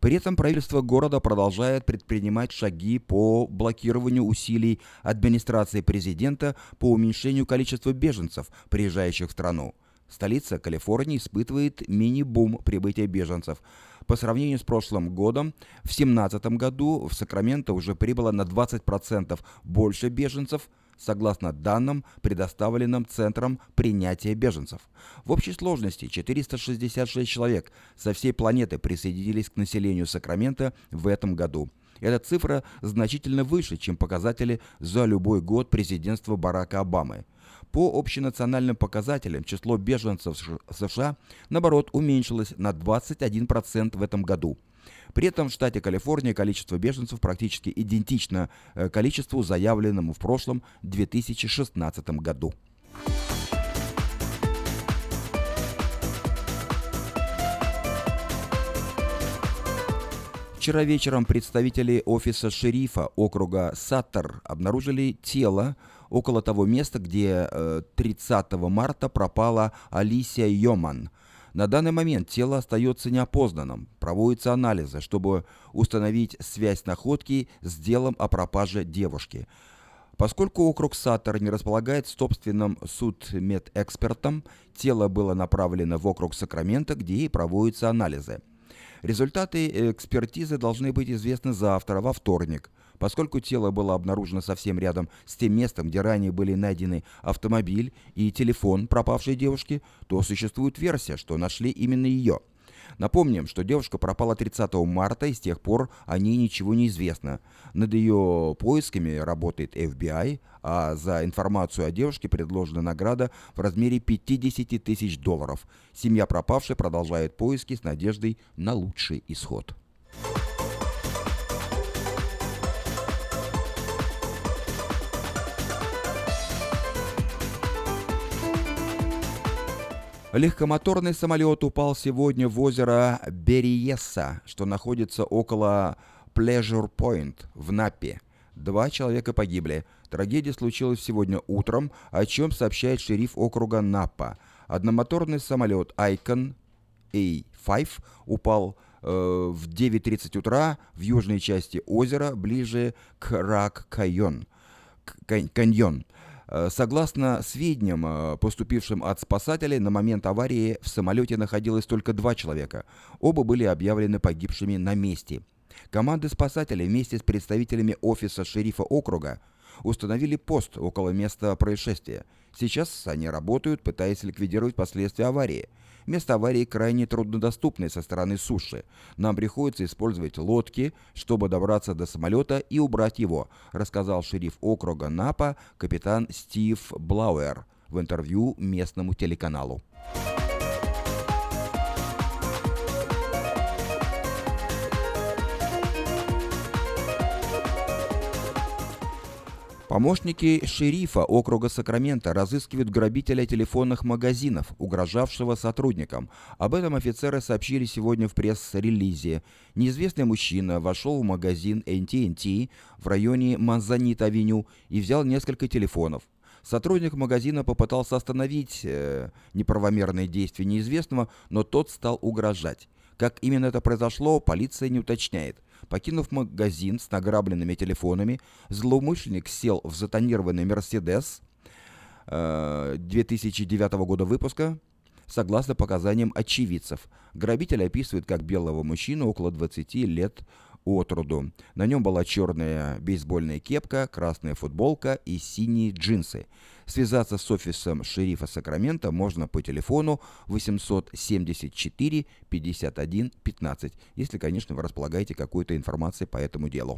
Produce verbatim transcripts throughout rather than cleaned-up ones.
При этом правительство города продолжает предпринимать шаги по блокированию усилий администрации президента по уменьшению количества беженцев, приезжающих в страну. Столица Калифорнии испытывает мини-бум прибытия беженцев. По сравнению с прошлым годом, в две тысячи семнадцатом году в Сакраменто уже прибыло на двадцать процентов больше беженцев, согласно данным, предоставленным Центром принятия беженцев. В общей сложности четыреста шестьдесят шесть человек со всей планеты присоединились к населению Сакрамента в этом году. Эта цифра значительно выше, чем показатели за любой год президентства Барака Обамы. По общенациональным показателям число беженцев в США, наоборот, уменьшилось на двадцать один процент в этом году. При этом в штате Калифорния количество беженцев практически идентично количеству, заявленному в прошлом две тысячи шестнадцатом году. Вчера вечером представители офиса шерифа округа Саттер обнаружили тело около того места, где тридцатого марта пропала Алисия Йоман. На данный момент тело остается неопознанным. Проводятся анализы, чтобы установить связь находки с делом о пропаже девушки. Поскольку округ Саттер не располагает собственным судмедэкспертом, тело было направлено в округ Сакраменто, где и проводятся анализы. Результаты экспертизы должны быть известны завтра, во вторник. Поскольку тело было обнаружено совсем рядом с тем местом, где ранее были найдены автомобиль и телефон пропавшей девушки, то существует версия, что нашли именно ее. Напомним, что девушка пропала тридцатого марта, и с тех пор о ней ничего не известно. Над ее поисками работает эф би ай, а за информацию о девушке предложена награда в размере пятьдесят тысяч долларов. Семья пропавшей продолжает поиски с надеждой на лучший исход. Легкомоторный самолет упал сегодня в озеро Берриеса, что находится около Pleasure Point в Наппе. Два человека погибли. Трагедия случилась сегодня утром, о чем сообщает шериф округа Наппа. Одномоторный самолет Icon эй пять упал э, в девять тридцать утра в южной части озера, ближе к Рак-каньон. каньон. Согласно сведениям, поступившим от спасателей, на момент аварии в самолете находилось только два человека. Оба были объявлены погибшими на месте. Команды спасателей вместе с представителями офиса шерифа округа установили пост около места происшествия. Сейчас они работают, пытаясь ликвидировать последствия аварии. Место аварии крайне труднодоступное со стороны суши. Нам приходится использовать лодки, чтобы добраться до самолета и убрать его, рассказал шериф округа Напа капитан Стив Блауэр в интервью местному телеканалу. Помощники шерифа округа Сакраменто разыскивают грабителя телефонных магазинов, угрожавшего сотрудникам. Об этом офицеры сообщили сегодня в пресс-релизе. Неизвестный мужчина вошел в магазин эй ти энд ти в районе Манзанит-авеню и взял несколько телефонов. Сотрудник магазина попытался остановить э, неправомерные действия неизвестного, но тот стал угрожать. Как именно это произошло, полиция не уточняет. Покинув магазин с награбленными телефонами, злоумышленник сел в затонированный «Мерседес» э, две тысячи девятого года выпуска, согласно показаниям очевидцев. Грабитель описывает как белого мужчину около двадцати лет от роду. На нем была черная бейсбольная кепка, красная футболка и синие джинсы. Связаться с офисом шерифа Сакрамента можно по телефону восемьсот семьдесят четыре пятьдесят один пятнадцать, если, конечно, вы располагаете какой-то информацией по этому делу.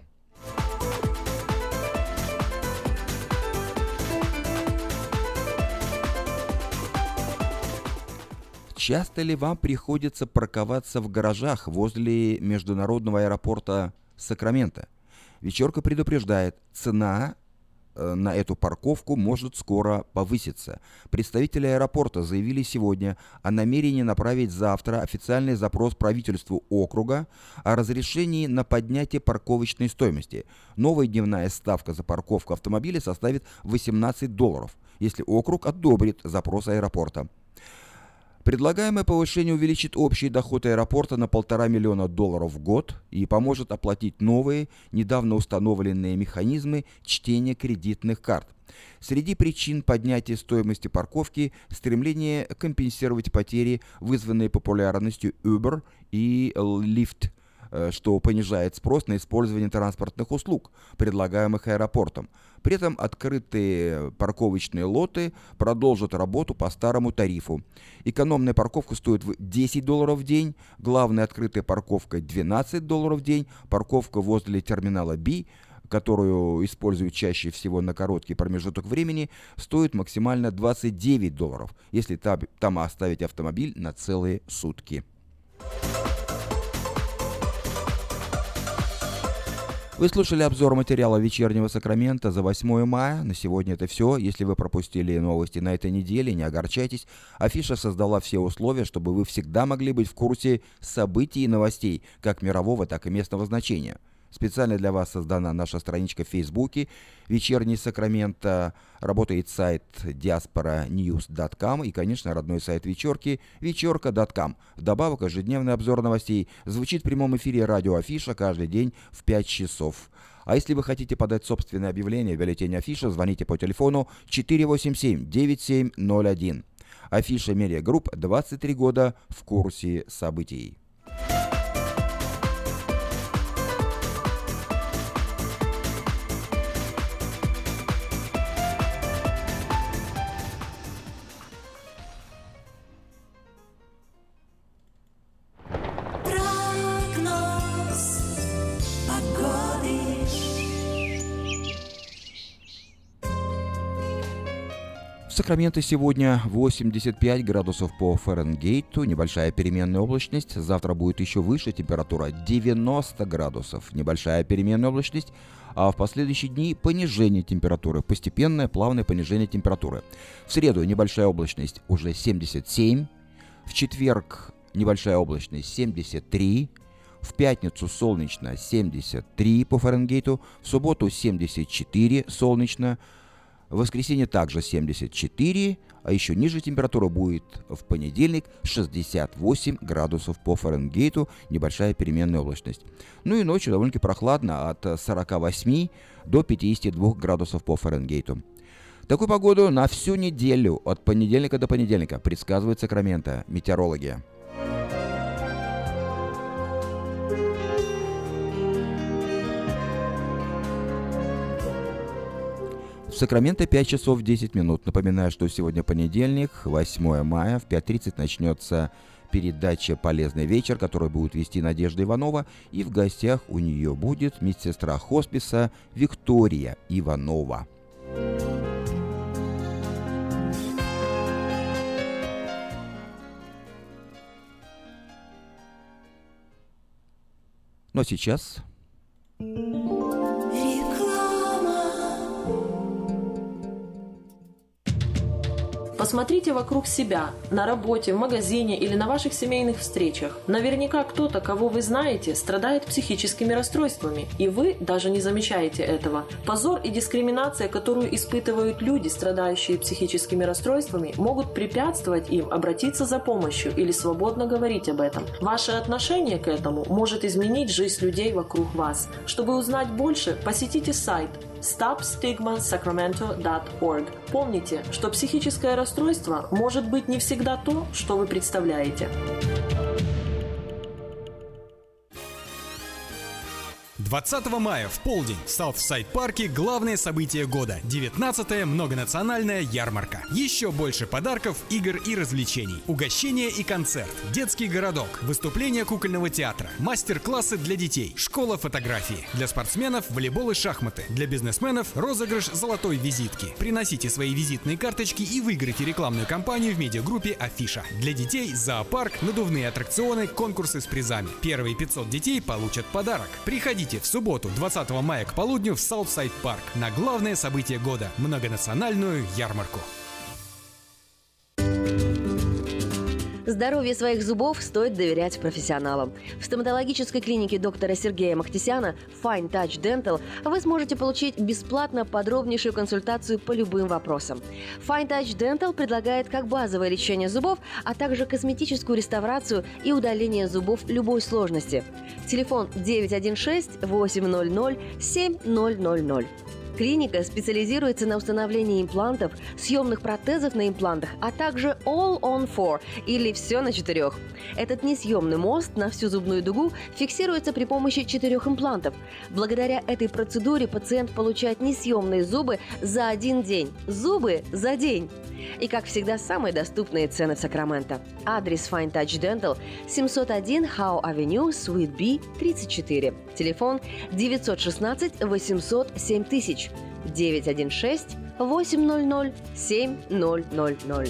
Часто ли вам приходится парковаться в гаражах возле международного аэропорта Сакраменто? Вечерка предупреждает, цена э, на эту парковку может скоро повыситься. Представители аэропорта заявили сегодня о намерении направить завтра официальный запрос правительству округа о разрешении на поднятие парковочной стоимости. Новая дневная ставка за парковку автомобиля составит восемнадцать долларов, если округ одобрит запрос аэропорта. Предлагаемое повышение увеличит общий доход аэропорта на полтора миллиона долларов в год и поможет оплатить новые, недавно установленные механизмы чтения кредитных карт. Среди причин поднятия стоимости парковки – стремление компенсировать потери, вызванные популярностью Uber и Lyft, что понижает спрос на использование транспортных услуг, предлагаемых аэропортом. При этом открытые парковочные лоты продолжат работу по старому тарифу. Экономная парковка стоит десять долларов в день, главная открытая парковка двенадцать долларов в день, парковка возле терминала B, которую используют чаще всего на короткий промежуток времени, стоит максимально двадцать девять долларов, если там, там оставить автомобиль на целые сутки. Вы слушали обзор материала «Вечернего Сакрамента» за восьмое мая. На сегодня это все. Если вы пропустили новости на этой неделе, не огорчайтесь. Афиша создала все условия, чтобы вы всегда могли быть в курсе событий и новостей, как мирового, так и местного значения. Специально для вас создана наша страничка в Фейсбуке «Вечерний Сакраменто». Работает сайт диаспора ньюс точка ком и, конечно, родной сайт вечерки вечерка точка ком. Вдобавок, ежедневный обзор новостей звучит в прямом эфире радио Афиша каждый день в пять часов. А если вы хотите подать собственное объявление в бюллетень Афиша, звоните по телефону четыре восемь семь девять семь ноль один. Афиша Медиа Групп, двадцать три года в курсе событий. В Сакраменто сегодня восемьдесят пять градусов по Фаренгейту, небольшая переменная облачность. Завтра будет еще выше, температура девяносто градусов, небольшая переменная облачность. А в последующие дни понижение температуры, постепенное плавное понижение температуры. В среду небольшая облачность уже семьдесят семь, в четверг небольшая облачность семьдесят три, в пятницу солнечно семьдесят три по Фаренгейту, в субботу семьдесят четыре солнечно, в воскресенье также семьдесят четыре, а еще ниже температура будет в понедельник шестьдесят восемь градусов по Фаренгейту, небольшая переменная облачность. Ну и ночью довольно-таки прохладно от сорока восьми до пятидесяти двух градусов по Фаренгейту. Такую погоду на всю неделю от понедельника до понедельника предсказывает Сакраменто метеорологи. В Сакраменто пять часов десять минут. Напоминаю, что сегодня понедельник, восьмое мая, в пять тридцать начнется передача «Полезный вечер», которую будет вести Надежда Иванова, и в гостях у нее будет медсестра хосписа Виктория Иванова. Но сейчас... Посмотрите вокруг себя, на работе, в магазине или на ваших семейных встречах. Наверняка кто-то, кого вы знаете, страдает психическими расстройствами, и вы даже не замечаете этого. Позор и дискриминация, которую испытывают люди, страдающие психическими расстройствами, могут препятствовать им обратиться за помощью или свободно говорить об этом. Ваше отношение к этому может изменить жизнь людей вокруг вас. Чтобы узнать больше, посетите сайт стоп стигма сакраменто точка орг. Помните, что психическое расстройство может быть не всегда то, что вы представляете. двадцатого мая в полдень в Саутсайд-парке главное событие года – девятнадцатая многонациональная ярмарка. Еще больше подарков, игр и развлечений. Угощение и концерт, детский городок, выступление кукольного театра, мастер-классы для детей, школа фотографии. Для спортсменов – волейбол и шахматы. Для бизнесменов – розыгрыш золотой визитки. Приносите свои визитные карточки и выиграйте рекламную кампанию в медиагруппе Афиша. Для детей – зоопарк, надувные аттракционы, конкурсы с призами. Первые пятьсот детей получат подарок. Приходите в субботу, двадцатого мая к полудню в Саутсайд-парк на главное событие года – многонациональную ярмарку. Здоровье своих зубов стоит доверять профессионалам. В стоматологической клинике доктора Сергея Махтисяна Fine Touch Dental вы сможете получить бесплатно подробнейшую консультацию по любым вопросам. Fine Touch Dental предлагает как базовое лечение зубов, а также косметическую реставрацию и удаление зубов любой сложности. Телефон девять один шесть восемь ноль ноль семь ноль ноль ноль. Клиника специализируется на установлении имплантов, съемных протезов на имплантах, а также All on Four или «Все на четырех». Этот несъемный мост на всю зубную дугу фиксируется при помощи четырех имплантов. Благодаря этой процедуре пациент получает несъемные зубы за один день. Зубы за день! И, как всегда, самые доступные цены в Сакраменто. Адрес Fine Touch Dental семьсот один Howe Avenue, Suite B, тридцать четыре. Телефон девять один шесть восемьсот семь тысяч. девять один шесть восемь ноль ноль семь ноль ноль ноль.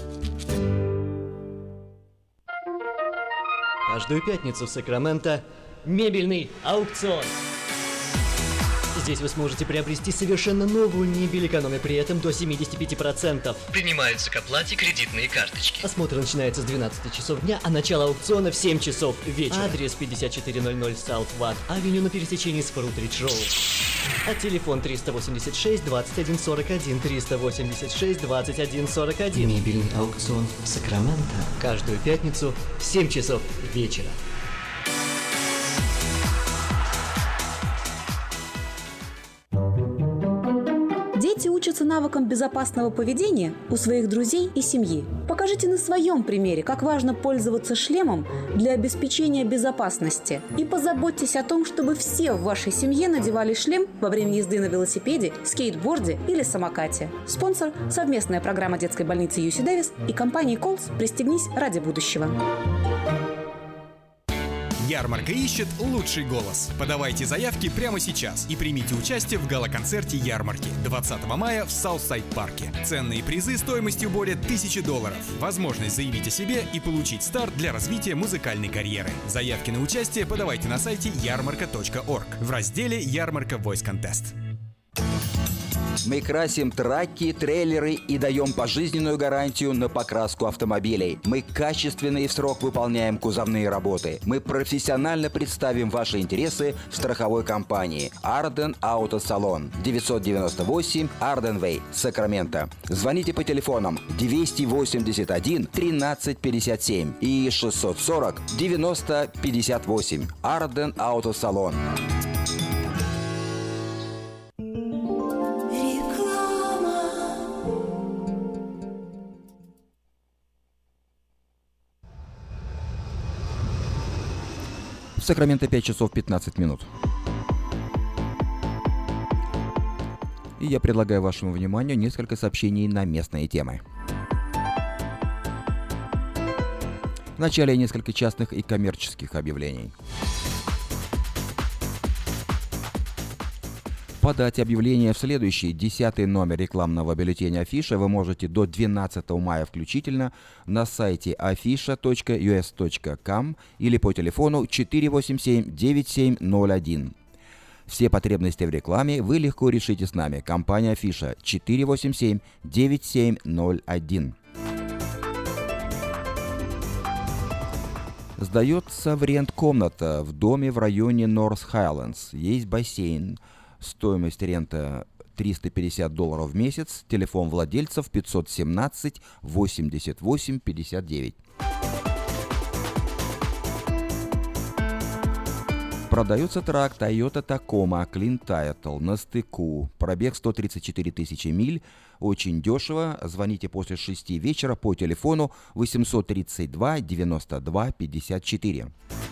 Каждую пятницу в Сакраменто мебельный аукцион. Здесь вы сможете приобрести совершенно новую мебель, экономя при этом до семьдесят пять процентов. Принимаются к оплате кредитные карточки. Осмотр начинается с двенадцати часов дня, а начало аукциона в семь часов вечера. Адрес пятьдесят четыре ноль ноль South Watt Avenue на пересечении с Фрутридж Роуд. А телефон триста восемьдесят шесть двадцать один сорок один, триста восемьдесят шесть двадцать один сорок один. Мебельный аукцион в Сакраменто. Каждую пятницу в семь часов вечера. Дети учатся навыкам безопасного поведения у своих друзей и семьи. Покажите на своем примере, как важно пользоваться шлемом для обеспечения безопасности. И позаботьтесь о том, чтобы все в вашей семье надевали шлем во время езды на велосипеде, скейтборде или самокате. Спонсор – совместная программа детской больницы ю си Дэвис и компании Колс «Пристегнись ради будущего». Ярмарка ищет лучший голос. Подавайте заявки прямо сейчас и примите участие в гала-концерте ярмарки двадцатого мая в Саутсайд-парке. Ценные призы стоимостью более тысячи долларов. Возможность заявить о себе и получить старт для развития музыкальной карьеры. Заявки на участие подавайте на сайте ярмарка точка орг в разделе «Ярмарка Voice Contest». Мы красим траки, трейлеры и даем пожизненную гарантию на покраску автомобилей. Мы качественно и в срок выполняем кузовные работы. Мы профессионально представим ваши интересы в страховой компании Арден Автосалон, девятьсот девяносто восемь Арден Вей, Сакраменто. Звоните по телефонам двести восемьдесят один тринадцать пятьдесят семь и шестьсот сорок девяносто пятьдесят восемь. Арден Автосалон. В Сакраменто пять часов пятнадцать минут. И я предлагаю вашему вниманию несколько сообщений на местные темы. Вначале несколько частных и коммерческих объявлений. Подать объявление в следующий, десятый номер рекламного бюллетеня Афиша вы можете до двенадцатого мая включительно на сайте афиша точка ю эс точка ком или по телефону четыре восемь семь девять семь ноль один. Все потребности в рекламе вы легко решите с нами. Компания Афиша четыре восемь семь девять семь ноль один. Сдается в рент комната в доме в районе Норс Хайлендс. Есть бассейн. Стоимость рента триста пятьдесят долларов в месяц. Телефон владельцев пятьсот семнадцать восемьдесят восемь пятьдесят девять. Продается трак Toyota Tacoma Clean Title на стыку. Пробег сто тридцать четыре тысячи миль. Очень дешево. Звоните после шести вечера по телефону восемьсот тридцать два девяносто два пятьдесят четыре.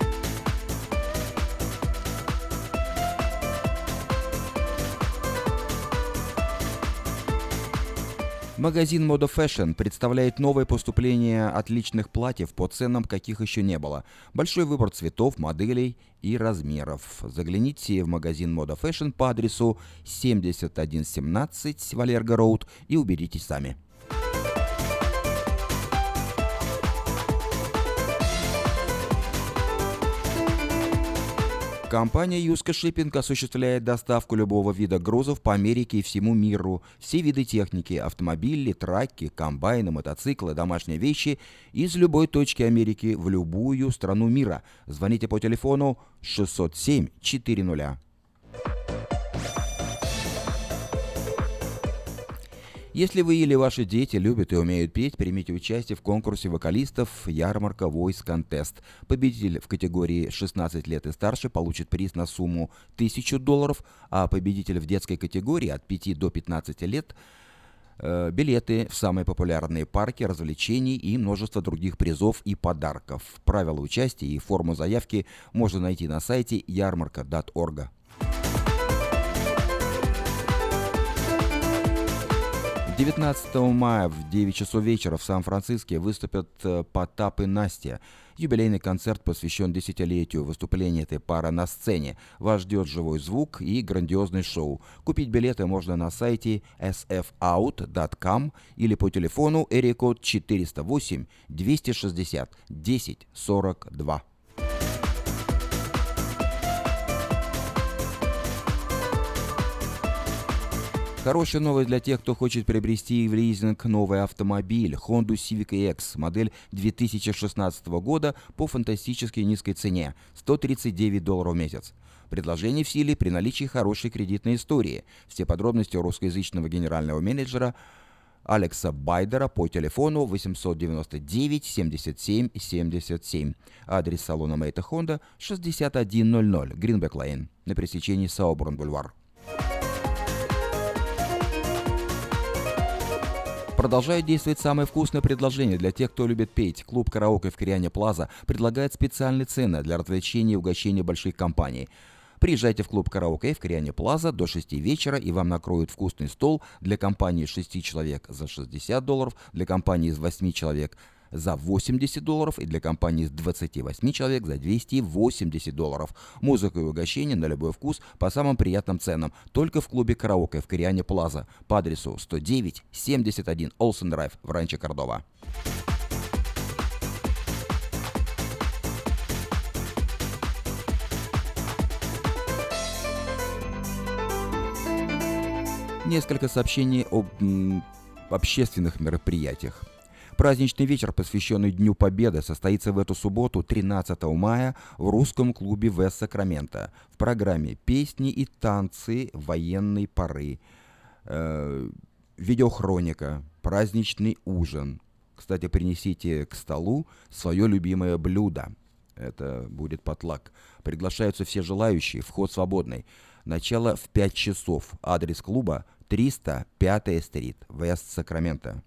Магазин Moda Fashion представляет новое поступление отличных платьев по ценам, каких еще не было. Большой выбор цветов, моделей и размеров. Загляните в магазин Moda Fashion по адресу семьдесят один семнадцать Валерго Роуд и убедитесь сами. Компания Юска Шиппинг осуществляет доставку любого вида грузов по Америке и всему миру. Все виды техники – автомобили, траки, комбайны, мотоциклы, домашние вещи – из любой точки Америки в любую страну мира. Звоните по телефону шестьсот семь четыреста. Если вы или ваши дети любят и умеют петь, примите участие в конкурсе вокалистов «Ярмарка Voice Contest». Победитель в категории шестнадцать лет и старше получит приз на сумму тысячу долларов, а победитель в детской категории от пяти до пятнадцати лет э, билеты в самые популярные парки, развлечений и множество других призов и подарков. Правила участия и форму заявки можно найти на сайте ярмарка точка орг. девятнадцатого мая в девять часов вечера в Сан-Франциско выступят Потап и Настя. Юбилейный концерт посвящен десятилетию выступления этой пары на сцене. Вас ждет живой звук и грандиозный шоу. Купить билеты можно на сайте эс эф аут точка ком или по телефону эрикод четыреста восемь двести шестьдесят десять сорок два. Хорошая новость для тех, кто хочет приобрести в лизинг новый автомобиль Honda Civic икс, модель две тысячи шестнадцатого года по фантастически низкой цене – сто тридцать девять долларов в месяц. Предложение в силе при наличии хорошей кредитной истории. Все подробности у русскоязычного генерального менеджера Алекса Байдера по телефону восемь девять девять семьдесят семь семьдесят семь. Адрес салона Мэйта Honda шестьдесят один ноль ноль Гринбек Лейн на пересечении Сауборн-Бульвар. Продолжает действовать самое вкусное предложение для тех, кто любит петь. Клуб караоке в Кориане Плаза предлагает специальные цены для развлечения и угощения больших компаний. Приезжайте в клуб караоке в Кориане Плаза до шести вечера, и вам накроют вкусный стол для компании из шести человек за шестьдесят долларов, для компании из восьми человек за восемьдесят долларов и для компании из двадцати восьми человек за двести восемьдесят долларов. Музыка и угощение на любой вкус по самым приятным ценам. Только в клубе караоке в Кориане Плаза по адресу сто девять семьдесят один Олсен Драйв в Ранчо Кордова. Несколько сообщений об м, общественных мероприятиях. Праздничный вечер, посвященный Дню Победы, состоится в эту субботу, тринадцатого мая, в русском клубе Вест Сакраменто. В программе песни и танцы военной поры, э, видеохроника, праздничный ужин. Кстати, принесите к столу свое любимое блюдо. Это будет потлак. Приглашаются все желающие, вход свободный. Начало в пять часов. Адрес клуба триста пятая стрит, Вест Сакраменто.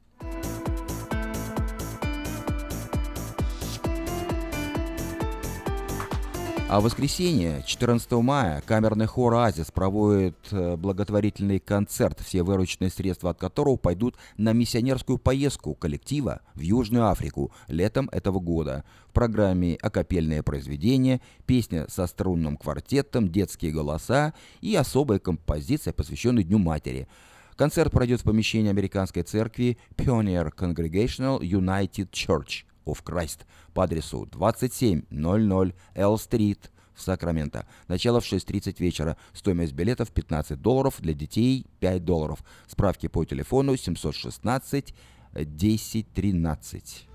А в воскресенье, четырнадцатого мая, камерный хор «Оазис» проводит благотворительный концерт, все вырученные средства от которого пойдут на миссионерскую поездку коллектива в Южную Африку летом этого года. В программе акапельные произведения, песня со струнным квартетом, детские голоса и особая композиция, посвященная Дню Матери. Концерт пройдет в помещении американской церкви Pioneer Congregational United Church of Christ по адресу двадцать семь ноль Эл-стрит в Сакраменто. Начало в шесть тридцать вечера. Стоимость билетов пятнадцать долларов, для детей пять долларов. Справки по телефону семьсот шестнадцать десять тринадцать.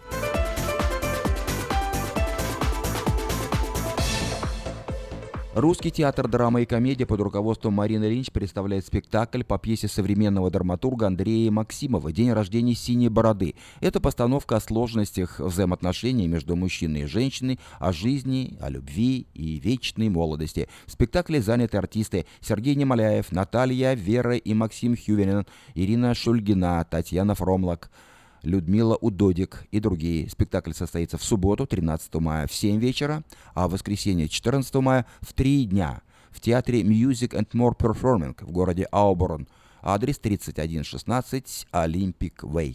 Русский театр драмы и комедии под руководством Марины Линч представляет спектакль по пьесе современного драматурга Андрея Максимова «День рождения синей бороды». Это постановка о сложностях взаимоотношений между мужчиной и женщиной, о жизни, о любви и вечной молодости. В спектакле заняты артисты Сергей Немоляев, Наталья, Вера и Максим Хюверин, Ирина Шульгина, Татьяна Фромлак, Людмила Удодик и другие. Спектакль состоится в субботу, тринадцатого мая, в семь вечера, а в воскресенье, четырнадцатого мая, в три дня в театре Music and More Performing в городе Ауборн. Адрес тридцать один шестнадцать Olympic Way.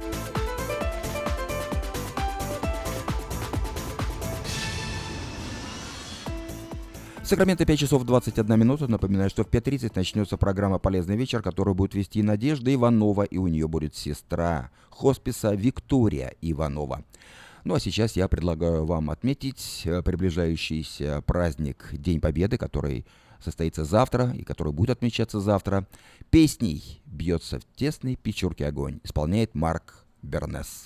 Сакраменто пять часов двадцать одна минута. Напоминаю, что в пять тридцать начнется программа «Полезный вечер», которую будет вести Надежда Иванова, и у нее будет сестра хосписа Виктория Иванова. Ну а сейчас я предлагаю вам отметить приближающийся праздник День Победы, который состоится завтра и который будет отмечаться завтра. Песней «Бьется в тесной печурке огонь» исполняет Марк Бернес.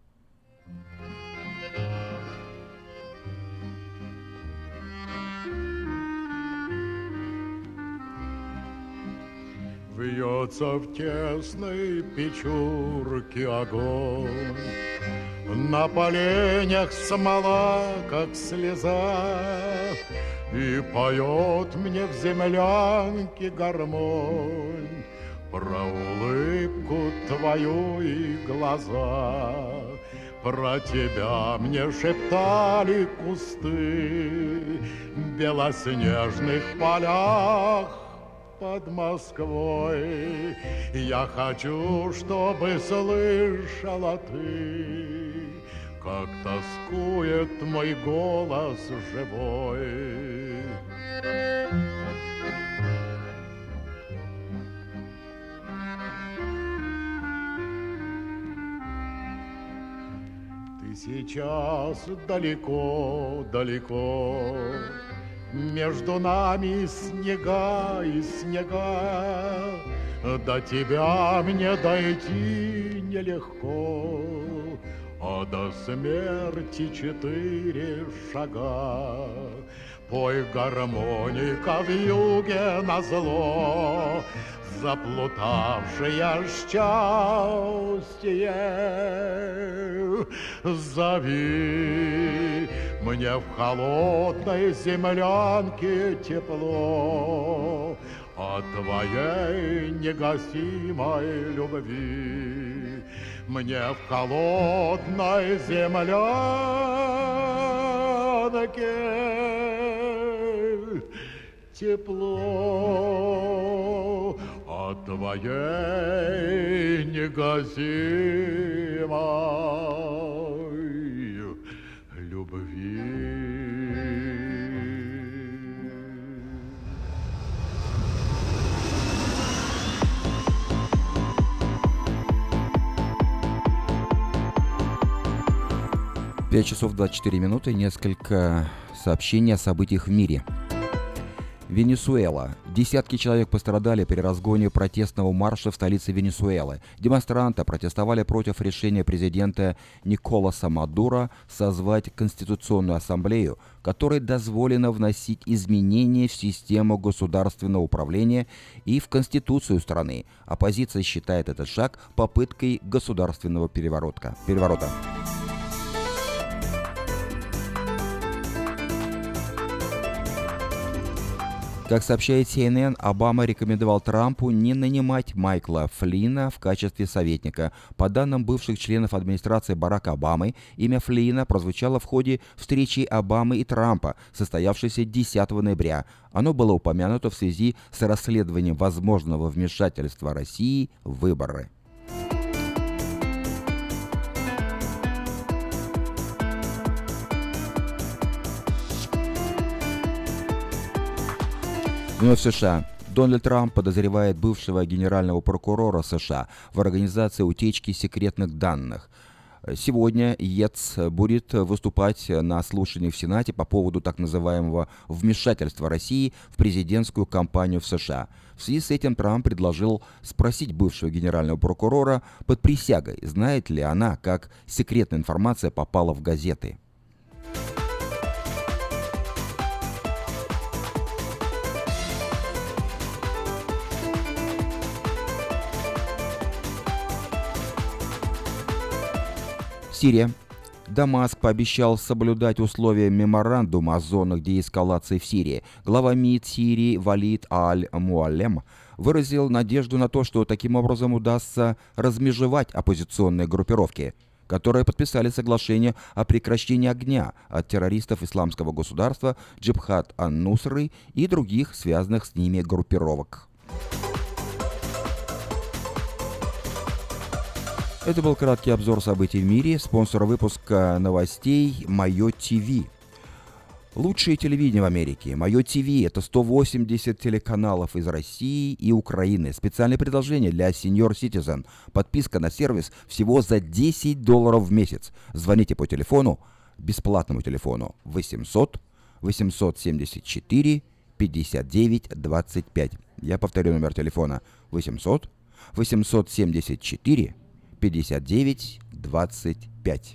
Вьется в тесной печурке огонь, на поленях смола, как слеза, и поет мне в землянке гармонь про улыбку твою и глаза. Про тебя мне шептали кусты в белоснежных полях под Москвой. Я хочу, чтобы слышала ты, как тоскует мой голос живой. Ты сейчас далеко-далеко, между нами снега и снега, до тебя мне дойти нелегко, а до смерти четыре шага. Пой гармоника в юге назло, заплутавшее счастье. Зови мне в холодной землянке тепло от твоей негасимой любви. Мне в холодной землянке тепло от твоей негасимой любви. пять часов двадцать четыре минуты, несколько сообщений о событиях в мире. Венесуэла. Десятки человек пострадали при разгоне протестного марша в столице Венесуэлы. Демонстранты протестовали против решения президента Николаса Мадуро созвать Конституционную ассамблею, которой дозволено вносить изменения в систему государственного управления и в Конституцию страны. Оппозиция считает этот шаг попыткой государственного переворота. переворота. Как сообщает си эн эн, Обама рекомендовал Трампу не нанимать Майкла Флина в качестве советника. По данным бывших членов администрации Барака Обамы, имя Флина прозвучало в ходе встречи Обамы и Трампа, состоявшейся десятого ноября. Оно было упомянуто в связи с расследованием возможного вмешательства России в выборы. Но в США Дональд Трамп подозревает бывшего генерального прокурора США в организации утечки секретных данных. Сегодня Йетс будет выступать на слушании в Сенате по поводу так называемого вмешательства России в президентскую кампанию в США. В связи с этим Трамп предложил спросить бывшего генерального прокурора под присягой, знает ли она, как секретная информация попала в газеты. Сирия. Дамаск пообещал соблюдать условия меморандума о зонах деэскалации в Сирии. Глава МИД Сирии Валид Аль-Муаллем выразил надежду на то, что таким образом удастся размежевать оппозиционные группировки, которые подписали соглашение о прекращении огня от террористов Исламского государства Джабхат ан-Нусры и других связанных с ними группировок. Это был краткий обзор событий в мире. Спонсор выпуска новостей Мое ТВ. Лучшее телевидение в Америке. Мое ТВ – это сто восемьдесят телеканалов из России и Украины. Специальное предложение для Senior Citizen. Подписка на сервис всего за десять долларов в месяц. Звоните по телефону, бесплатному телефону восемьсот восемьсот семьдесят четыре пятьдесят девять двадцать пять. Я повторю номер телефона восемьсот восемьсот семьдесят четыре пятьдесят девять двадцать пять.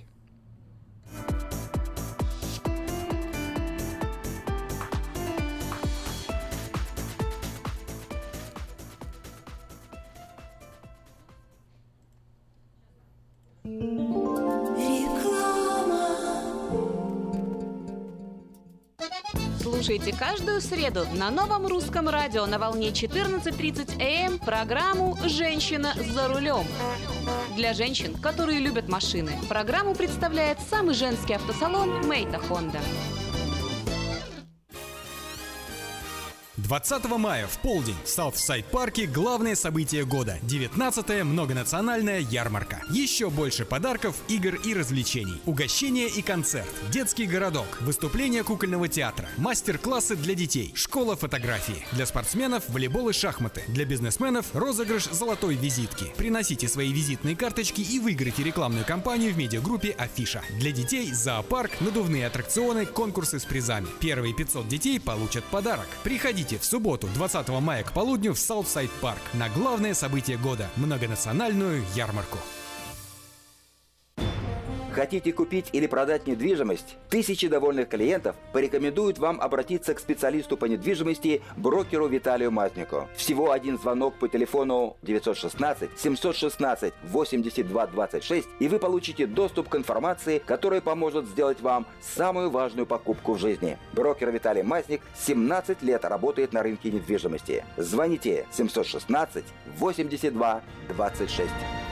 Слушайте каждую среду на Новом русском радио на волне четырнадцать тридцать эй эм программу «Женщина за рулем». Для женщин, которые любят машины, программу представляет самый женский автосалон «Мейта Хонда». двадцатого мая в полдень в Саутсайд-парке главное событие года – девятнадцатая многонациональная ярмарка. Еще больше подарков, игр и развлечений. Угощение и концерт, детский городок, выступление кукольного театра, мастер-классы для детей, школа фотографии. Для спортсменов – волейбол и шахматы. Для бизнесменов – розыгрыш золотой визитки. Приносите свои визитные карточки и выиграйте рекламную кампанию в медиагруппе «Афиша». Для детей – зоопарк, надувные аттракционы, конкурсы с призами. Первые пятьсот детей получат подарок. Приходите в субботу, двадцатого мая к полудню в Саутсайд-парк на главное событие года – многонациональную ярмарку. Хотите купить или продать недвижимость? Тысячи довольных клиентов порекомендуют вам обратиться к специалисту по недвижимости, брокеру Виталию Мазнику. Всего один звонок по телефону девятьсот шестнадцать семьсот шестнадцать восемьдесят два двадцать шесть, и вы получите доступ к информации, которая поможет сделать вам самую важную покупку в жизни. Брокер Виталий Мазник семнадцать лет работает на рынке недвижимости. Звоните семьсот шестнадцать восемьдесят два двадцать шесть.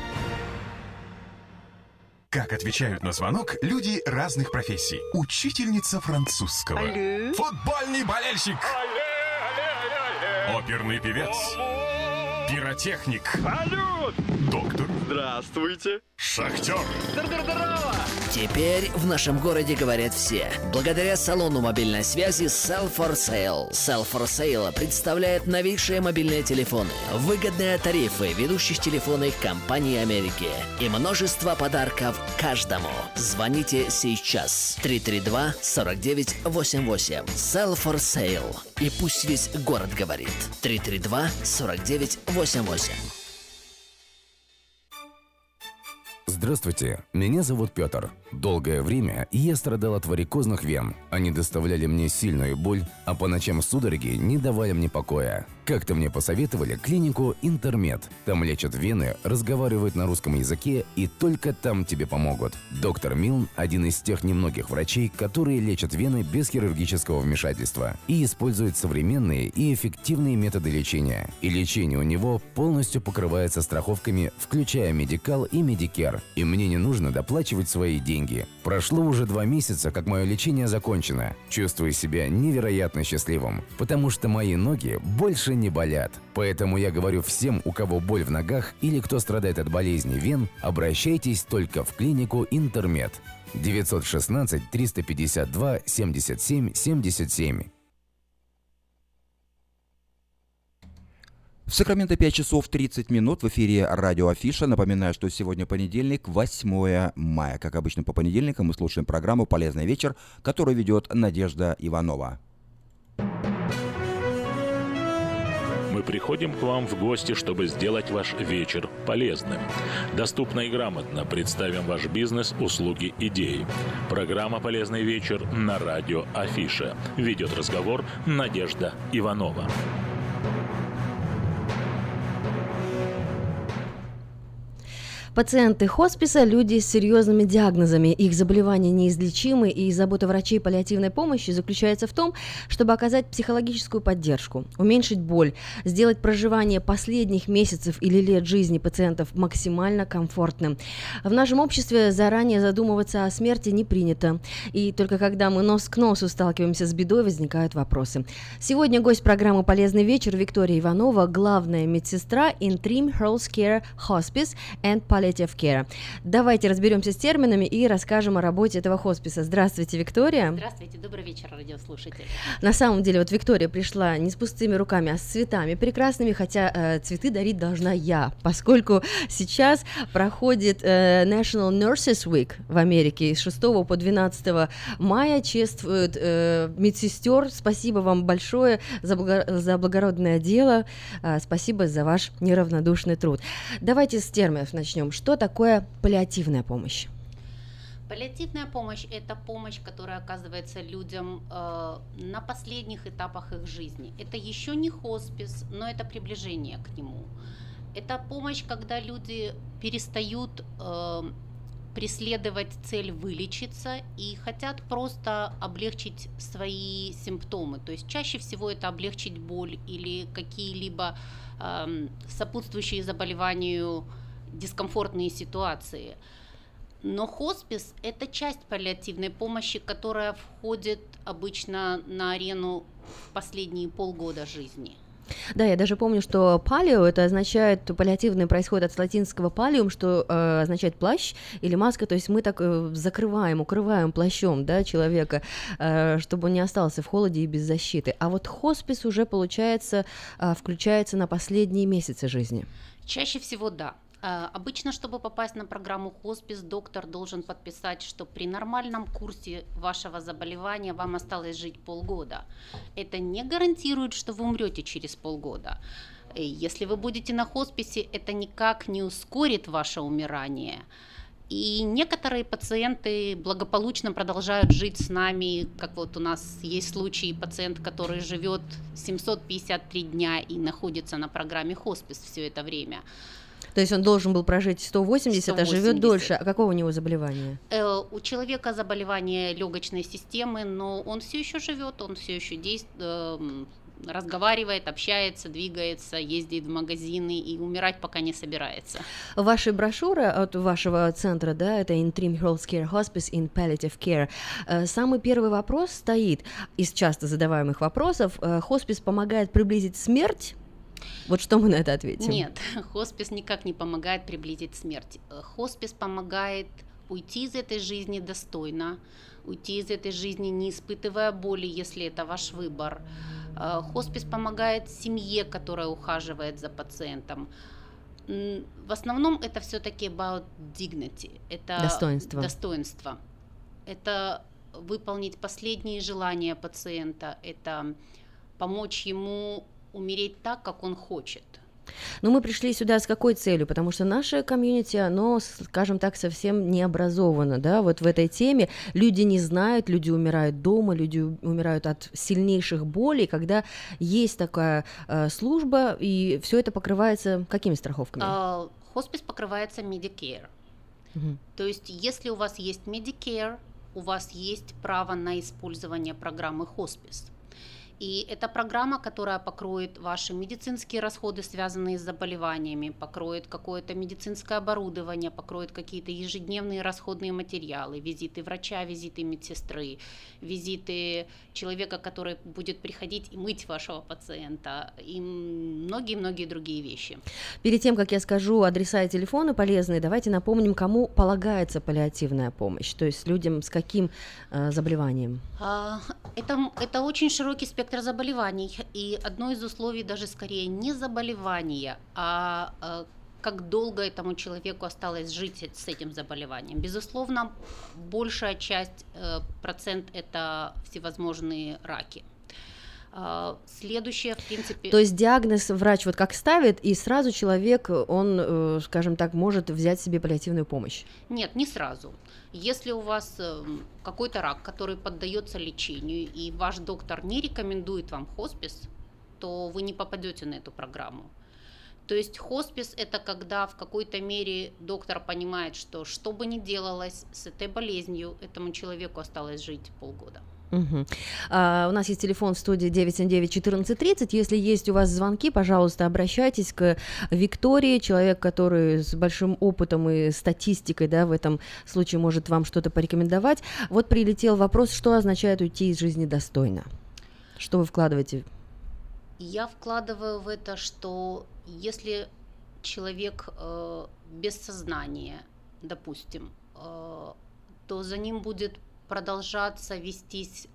Как отвечают на звонок люди разных профессий. Учительница французского. Алле. Футбольный болельщик. Алле, алле, алле. Оперный певец. Алло. Пиротехник. Салют. Доктор. Здравствуйте. Шахтер. Здорово. Теперь в нашем городе говорят все. Благодаря салону мобильной связи Sell for Sale. Sell for Sale представляет новейшие мобильные телефоны, выгодные тарифы ведущих телефонных компаний Америки и множество подарков каждому. Звоните сейчас. три три два сорок девять восемьдесят восемь. Sell for Sale. И пусть весь город говорит. три три два сорок девять восемьдесят восемь. Здравствуйте, меня зовут Петр. Долгое время я страдал от варикозных вен. Они доставляли мне сильную боль, а по ночам судороги не давали мне покоя. Как-то мне посоветовали клинику Интермед. Там лечат вены, разговаривают на русском языке и только там тебе помогут. Доктор Милн – один из тех немногих врачей, которые лечат вены без хирургического вмешательства и используют современные и эффективные методы лечения. И лечение у него полностью покрывается страховками, включая Медикал и Медикер. И мне не нужно доплачивать свои деньги. Прошло уже два месяца, как мое лечение закончено. Чувствую себя невероятно счастливым, потому что мои ноги больше не болят. Поэтому я говорю всем, у кого боль в ногах или кто страдает от болезни вен, обращайтесь только в клинику Интермед. девятьсот шестнадцать триста пятьдесят два семьдесят семь семьдесят семь. В Сакраменто пять часов тридцать минут, в эфире радио Афиша. Напоминаю, что сегодня понедельник, восьмое мая. Как обычно по понедельникам мы слушаем программу «Полезный вечер», которую ведет Надежда Иванова. Мы приходим к вам в гости, чтобы сделать ваш вечер полезным. Доступно и грамотно представим ваш бизнес, услуги, идеи. Программа «Полезный вечер» на радио Афиша. Ведет разговор Надежда Иванова. Пациенты хосписа – люди с серьезными диагнозами. Их заболевания неизлечимы, и забота врачей паллиативной помощи заключается в том, чтобы оказать психологическую поддержку, уменьшить боль, сделать проживание последних месяцев или лет жизни пациентов максимально комфортным. В нашем обществе заранее задумываться о смерти не принято, и только когда мы нос к носу сталкиваемся с бедой, возникают вопросы. Сегодня гость программы «Полезный вечер» Виктория Иванова, главная медсестра Interim Health Care Hospice and Palliative Palliative Care. Давайте разберемся с терминами и расскажем о работе этого хосписа. Здравствуйте, Виктория. Здравствуйте, добрый вечер, радиослушатели. На самом деле, вот Виктория пришла не с пустыми руками, а с цветами прекрасными, хотя э, цветы дарить должна я, поскольку сейчас проходит э, National Nurses Week в Америке с шестого по двенадцатое мая, чествуют э, медсестер. Спасибо вам большое за, благо- за благородное дело, э, спасибо за ваш неравнодушный труд. Давайте с терминов начнем. Что такое паллиативная помощь? Паллиативная помощь – это помощь, которая оказывается людям э, на последних этапах их жизни. Это еще не хоспис, но это приближение к нему. Это помощь, когда люди перестают э, преследовать цель вылечиться и хотят просто облегчить свои симптомы. То есть чаще всего это облегчить боль или какие-либо э, сопутствующие заболеванию дискомфортные ситуации. Но хоспис – это часть паллиативной помощи, которая входит обычно на арену в последние полгода жизни. Да, я даже помню, что палео, это означает, паллиативное происходит от латинского палиум, что э, означает плащ или маска, то есть мы так э, закрываем, укрываем плащом, да, человека, э, чтобы он не остался в холоде и без защиты. А вот хоспис уже, получается, э, включается на последние месяцы жизни. Чаще всего да. Обычно, чтобы попасть на программу хоспис, доктор должен подписать, что при нормальном курсе вашего заболевания вам осталось жить полгода. Это не гарантирует, что вы умрете через полгода. Если вы будете на хосписе, это никак не ускорит ваше умирание. И некоторые пациенты благополучно продолжают жить с нами, как вот у нас есть случай, пациент, который живет семьсот пятьдесят три дня и находится на программе хоспис все это время. То есть он должен был прожить сто восемьдесят, сто восемьдесят, а живет дольше. А какого у него заболевания? Э, у человека заболевание легочной системы, но он все еще живет, он все еще действует, э, разговаривает, общается, двигается, ездит в магазины и умирать пока не собирается. Ваши брошюры от вашего центра, да, это Interim Healthcare Hospice in Palliative Care. Э, самый первый вопрос стоит из часто задаваемых вопросов. Э, хоспис помогает приблизить смерть? Вот что мы на это ответим? Нет, хоспис никак не помогает приблизить смерть. Хоспис помогает уйти из этой жизни достойно, уйти из этой жизни, не испытывая боли, если это ваш выбор. Хоспис помогает семье, которая ухаживает за пациентом. В основном это все-таки about dignity, это достоинство. достоинство. Это выполнить последние желания пациента, это помочь ему умереть так, как он хочет. Но мы пришли сюда с какой целью? Потому что наше комьюнити, оно, скажем так, совсем не образовано, да, вот в этой теме. Люди не знают, люди умирают дома, люди умирают от сильнейших болей, когда есть такая э, служба, и все это покрывается какими страховками? Uh, хоспис покрывается Medicare. Uh-huh. То есть, если у вас есть Medicare, у вас есть право на использование программы хоспис. И это программа, которая покроет ваши медицинские расходы, связанные с заболеваниями, покроет какое-то медицинское оборудование, покроет какие-то ежедневные расходные материалы, визиты врача, визиты медсестры, визиты человека, который будет приходить и мыть вашего пациента, и многие-многие другие вещи. Перед тем, как я скажу адреса и телефоны полезные, давайте напомним, кому полагается паллиативная помощь, то есть людям с каким э, заболеванием? Это, это очень широкий спектр заболеваний, и одно из условий даже скорее не заболевания, а, а как долго этому человеку осталось жить с этим заболеванием. Безусловно, большая часть, э, процент – это всевозможные раки. Следующее, в принципе... То есть диагноз врач вот как ставит, и сразу человек, он, скажем так, может взять себе паллиативную помощь? Нет, не сразу. Если у вас какой-то рак, который поддается лечению, и ваш доктор не рекомендует вам хоспис, то вы не попадете на эту программу. То есть хоспис – это когда в какой-то мере доктор понимает, что что бы ни делалось с этой болезнью, этому человеку осталось жить полгода. Угу. А, у нас есть телефон в студии девять семь девять четырнадцать тридцать. Если есть у вас звонки, пожалуйста, обращайтесь к Виктории, человек, который с большим опытом и статистикой, да, в этом случае может вам что-то порекомендовать. Вот прилетел вопрос, что означает уйти из жизни достойно? Что вы вкладываете? Я вкладываю в это, что если человек э, без сознания, допустим, э, то за ним будет продолжаться вестись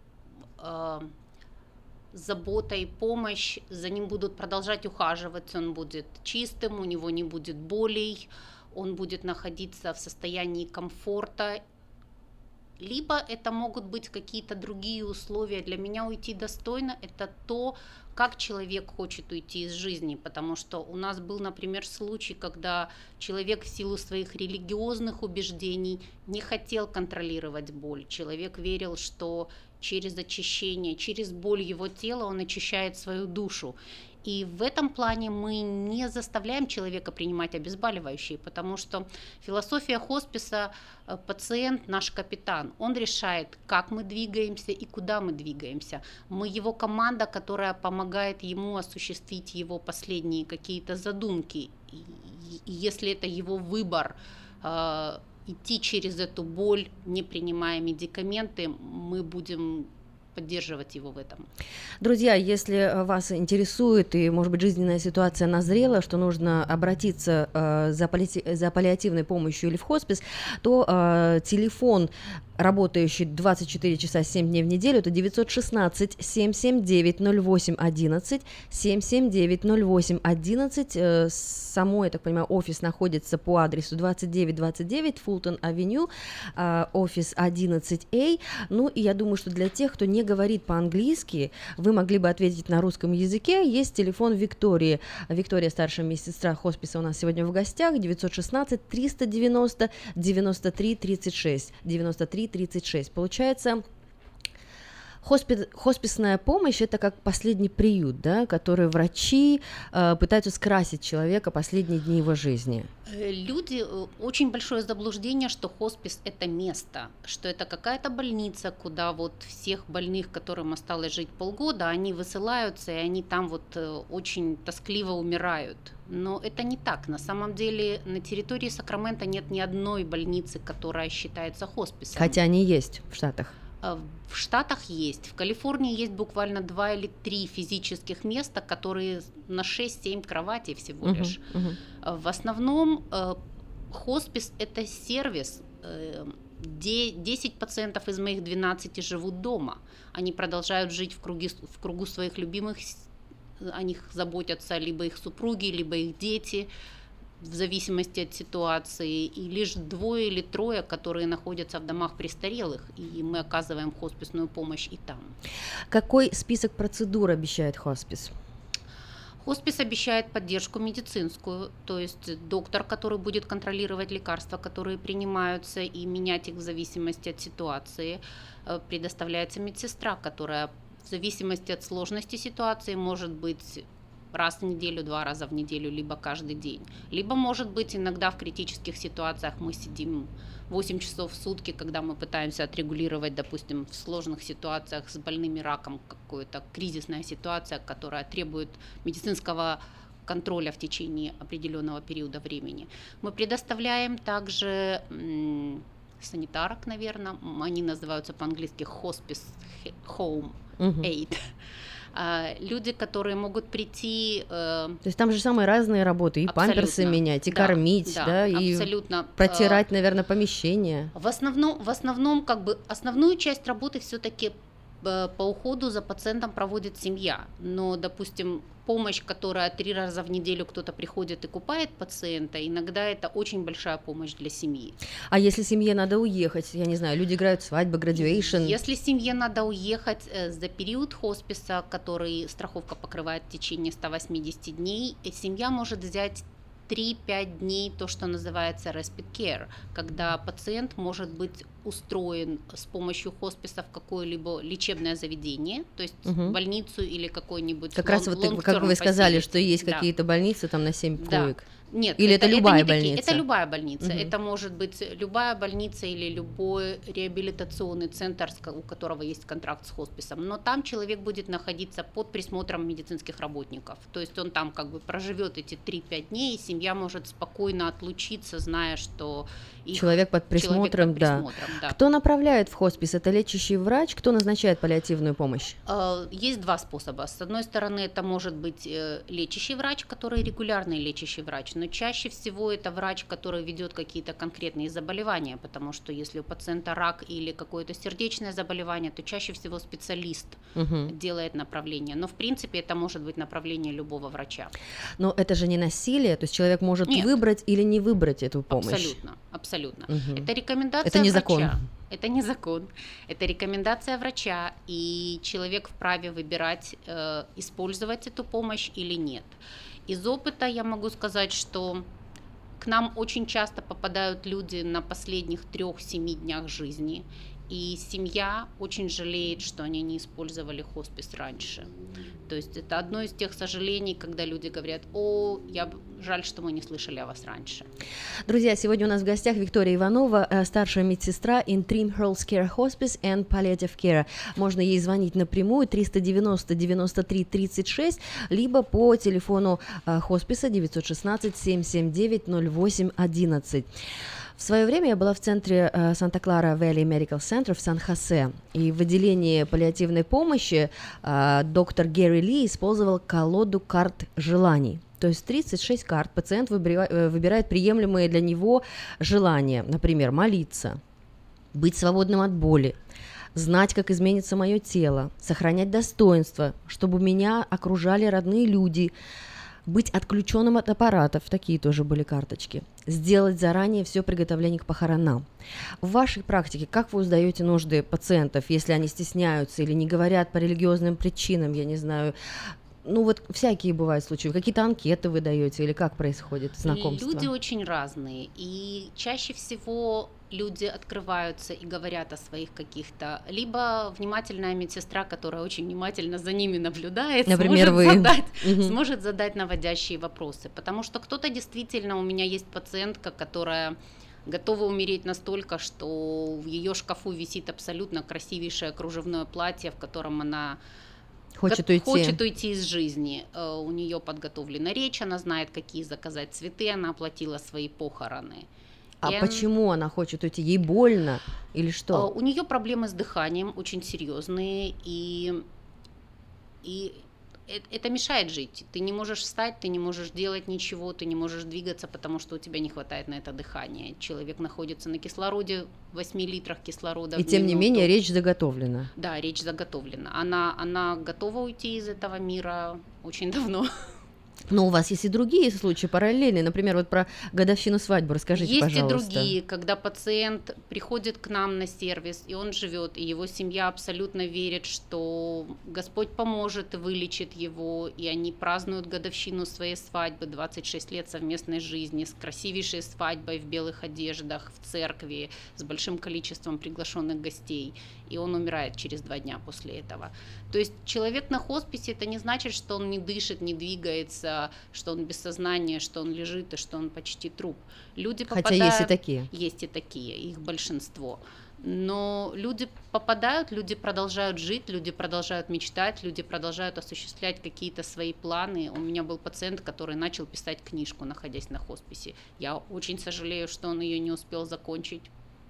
э, забота и помощь, за ним будут продолжать ухаживать, он будет чистым, у него не будет болей, он будет находиться в состоянии комфорта. Либо это могут быть какие-то другие условия. Для меня уйти достойно – это то, как человек хочет уйти из жизни, потому что у нас был, например, случай, когда человек в силу своих религиозных убеждений не хотел контролировать боль. Человек верил, что через очищение, через боль его тела он очищает свою душу. И в этом плане мы не заставляем человека принимать обезболивающие, потому что философия хосписа – пациент наш капитан. Он решает, как мы двигаемся и куда мы двигаемся. Мы его команда, которая помогает ему осуществить его последние какие-то задумки. И если это его выбор э, идти через эту боль, не принимая медикаменты, мы будем поддерживать его в этом. Друзья, если вас интересует и, может быть, жизненная ситуация назрела, что нужно обратиться э, за, паллиати- за паллиативной помощью или в хоспис, то э, телефон, работающий двадцать четыре часа семь дней в неделю, это девятьсот шестнадцать семь семь девять ноль восемь одиннадцать, семь семь девять ноль восемь одиннадцать. Э, само, я так понимаю, офис находится по адресу двадцать девять двадцать девять Фултон-авеню, э, офис одиннадцать А. Ну и я думаю, что для тех, кто не говорит по-английски, вы могли бы ответить на русском языке. Есть телефон Виктории. Виктория, старшая медсестра хосписа, у нас сегодня в гостях. девятьсот шестнадцать триста девяносто девяносто три тридцать шесть. девяносто три тридцать шесть. Получается, хоспи- хосписная помощь – это как последний приют, да, который врачи э, пытаются скрасить человека последние дни его жизни. Люди, очень большое заблуждение, что хоспис – это место, что это какая-то больница, куда вот всех больных, которым осталось жить полгода, они высылаются, и они там вот очень тоскливо умирают. Но это не так. На самом деле на территории Сакрамента нет ни одной больницы, которая считается хосписом. Хотя они есть в Штатах. В Штатах есть. В Калифорнии есть буквально два или три физических места, которые на шесть-семь кроватей всего uh-huh, лишь. Uh-huh. В основном э, хоспис – это сервис, э, где десять пациентов из моих двенадцати живут дома. Они продолжают жить в, круги, в кругу своих любимых, о них заботятся либо их супруги, либо их дети, в зависимости от ситуации, и лишь двое или трое, которые находятся в домах престарелых, и мы оказываем хосписную помощь и там. Какой список процедур обещает хоспис? Хоспис обещает поддержку медицинскую, то есть доктор, который будет контролировать лекарства, которые принимаются, и менять их в зависимости от ситуации. Предоставляется медсестра, которая в зависимости от сложности ситуации может быть раз в неделю, два раза в неделю, либо каждый день. Либо, может быть, иногда в критических ситуациях мы сидим восемь часов в сутки, когда мы пытаемся отрегулировать, допустим, в сложных ситуациях с больными раком какая-то кризисная ситуация, которая требует медицинского контроля в течение определенного периода времени. Мы предоставляем также м- санитарок, наверное, они называются по-английски hospice home aid. Люди, которые могут прийти... Э, То есть там же самые разные работы, и памперсы менять, и да, кормить, да, да, и абсолютно. Протирать, наверное, помещение. В основном, в основном, как бы, основную часть работы все-таки по уходу за пациентом проводит семья, но, допустим, помощь, которая три раза в неделю кто-то приходит и купает пациента, иногда это очень большая помощь для семьи. А если семье надо уехать, я не знаю, люди играют свадьбы, graduation? Если семье надо уехать за период хосписа, который страховка покрывает в течение ста восьмидесяти дней, семья может взять три-пять дней, то, что называется respite care, когда пациент может быть устроен с помощью хосписа в какое-либо лечебное заведение, то есть угу. больницу или какой-нибудь как long, раз вот, как вы сказали, что есть да. какие-то больницы там на семь да. коек. Нет, или это, это любая это больница? Такие, это любая больница. Угу. Это может быть любая больница или любой реабилитационный центр, у которого есть контракт с хосписом. Но там человек будет находиться под присмотром медицинских работников. То есть он там как бы проживет эти три-пять дней, и семья может спокойно отлучиться, зная, что их человек под присмотром, человек под да. присмотром. да. Кто направляет в хоспис? Это лечащий врач? Кто назначает паллиативную помощь? Есть два способа. С одной стороны, это может быть лечащий врач, который регулярный лечащий врач, но чаще всего это врач, который ведет какие-то конкретные заболевания, потому что если у пациента рак или какое-то сердечное заболевание, то чаще всего специалист угу. делает направление. Но в принципе это может быть направление любого врача. Но это же не насилие, то есть человек может Нет. выбрать или не выбрать эту помощь. Абсолютно, абсолютно. Угу. Это рекомендация это не врача. Закон. Это не закон, это рекомендация врача, и человек вправе выбирать, э, использовать эту помощь или нет. Из опыта я могу сказать, что к нам очень часто попадают люди на последних трех-семи днях жизни, и семья очень жалеет, что они не использовали хоспис раньше. То есть это одно из тех сожалений, когда люди говорят: о, я жаль, что мы не слышали о вас раньше. Друзья, сегодня у нас в гостях Виктория Иванова, старшая медсестра Interim Health Care Hospice and Palliative Care. Можно ей звонить напрямую триста девяносто девяносто три тридцать шесть, либо по телефону хосписа девятьсот шестнадцать семь семь девять ноль восемь одиннадцать. В свое время я была в центре э, Санта-Клара Valley Medical Center в Сан-Хосе, и в отделении паллиативной помощи э, доктор Гэри Ли использовал колоду карт желаний. То есть тридцать шесть карт, пациент выбирает, выбирает приемлемые для него желания, например, молиться, быть свободным от боли, знать, как изменится мое тело, сохранять достоинство, чтобы меня окружали родные люди, быть отключенным от аппаратов, такие тоже были карточки, сделать заранее все приготовление к похоронам. В вашей практике как вы узнаете нужды пациентов, если они стесняются или не говорят по религиозным причинам, я не знаю, ну вот всякие бывают случаи, какие-то анкеты вы даете или как происходит знакомство? Люди очень разные, и чаще всего люди открываются и говорят о своих каких-то, либо внимательная медсестра, которая очень внимательно за ними наблюдает, Например, сможет, вы. Задать, угу. сможет задать наводящие вопросы, потому что кто-то действительно, у меня есть пациентка, которая готова умереть настолько, что в ее шкафу висит абсолютно красивейшее кружевное платье, в котором она Хочет Го- уйти. хочет уйти из жизни. Uh, у нее подготовлена речь, она знает, какие заказать цветы, она оплатила свои похороны. А И почему он... она хочет уйти? Ей больно или что? Uh, у нее проблемы с дыханием очень серьезные, и, и это мешает жить. Ты не можешь встать, ты не можешь делать ничего, ты не можешь двигаться, потому что у тебя не хватает на это дыхания. Человек находится на кислороде, в восьми литрах кислорода. И тем не менее речь заготовлена. Да, речь заготовлена. Она, она готова уйти из этого мира очень давно. Но у вас есть и другие случаи параллельные, например, вот про годовщину свадьбы, расскажите, есть пожалуйста. Есть и другие, когда пациент приходит к нам на сервис, и он живет, и его семья абсолютно верит, что Господь поможет и вылечит его, и они празднуют годовщину своей свадьбы, двадцать шесть лет совместной жизни, с красивейшей свадьбой в белых одеждах, в церкви, с большим количеством приглашенных гостей, и он умирает через два дня после этого. То есть человек на хосписе, это не значит, что он не дышит, не двигается, что он без сознания, что он лежит и что он почти труп. Люди Хотя попадают... есть и такие. Есть и такие, их большинство. Но люди попадают, люди продолжают жить, люди продолжают мечтать, люди продолжают осуществлять какие-то свои планы. У меня был пациент, который начал писать книжку, находясь на хосписе. Я очень сожалею, что он ее не успел закончить.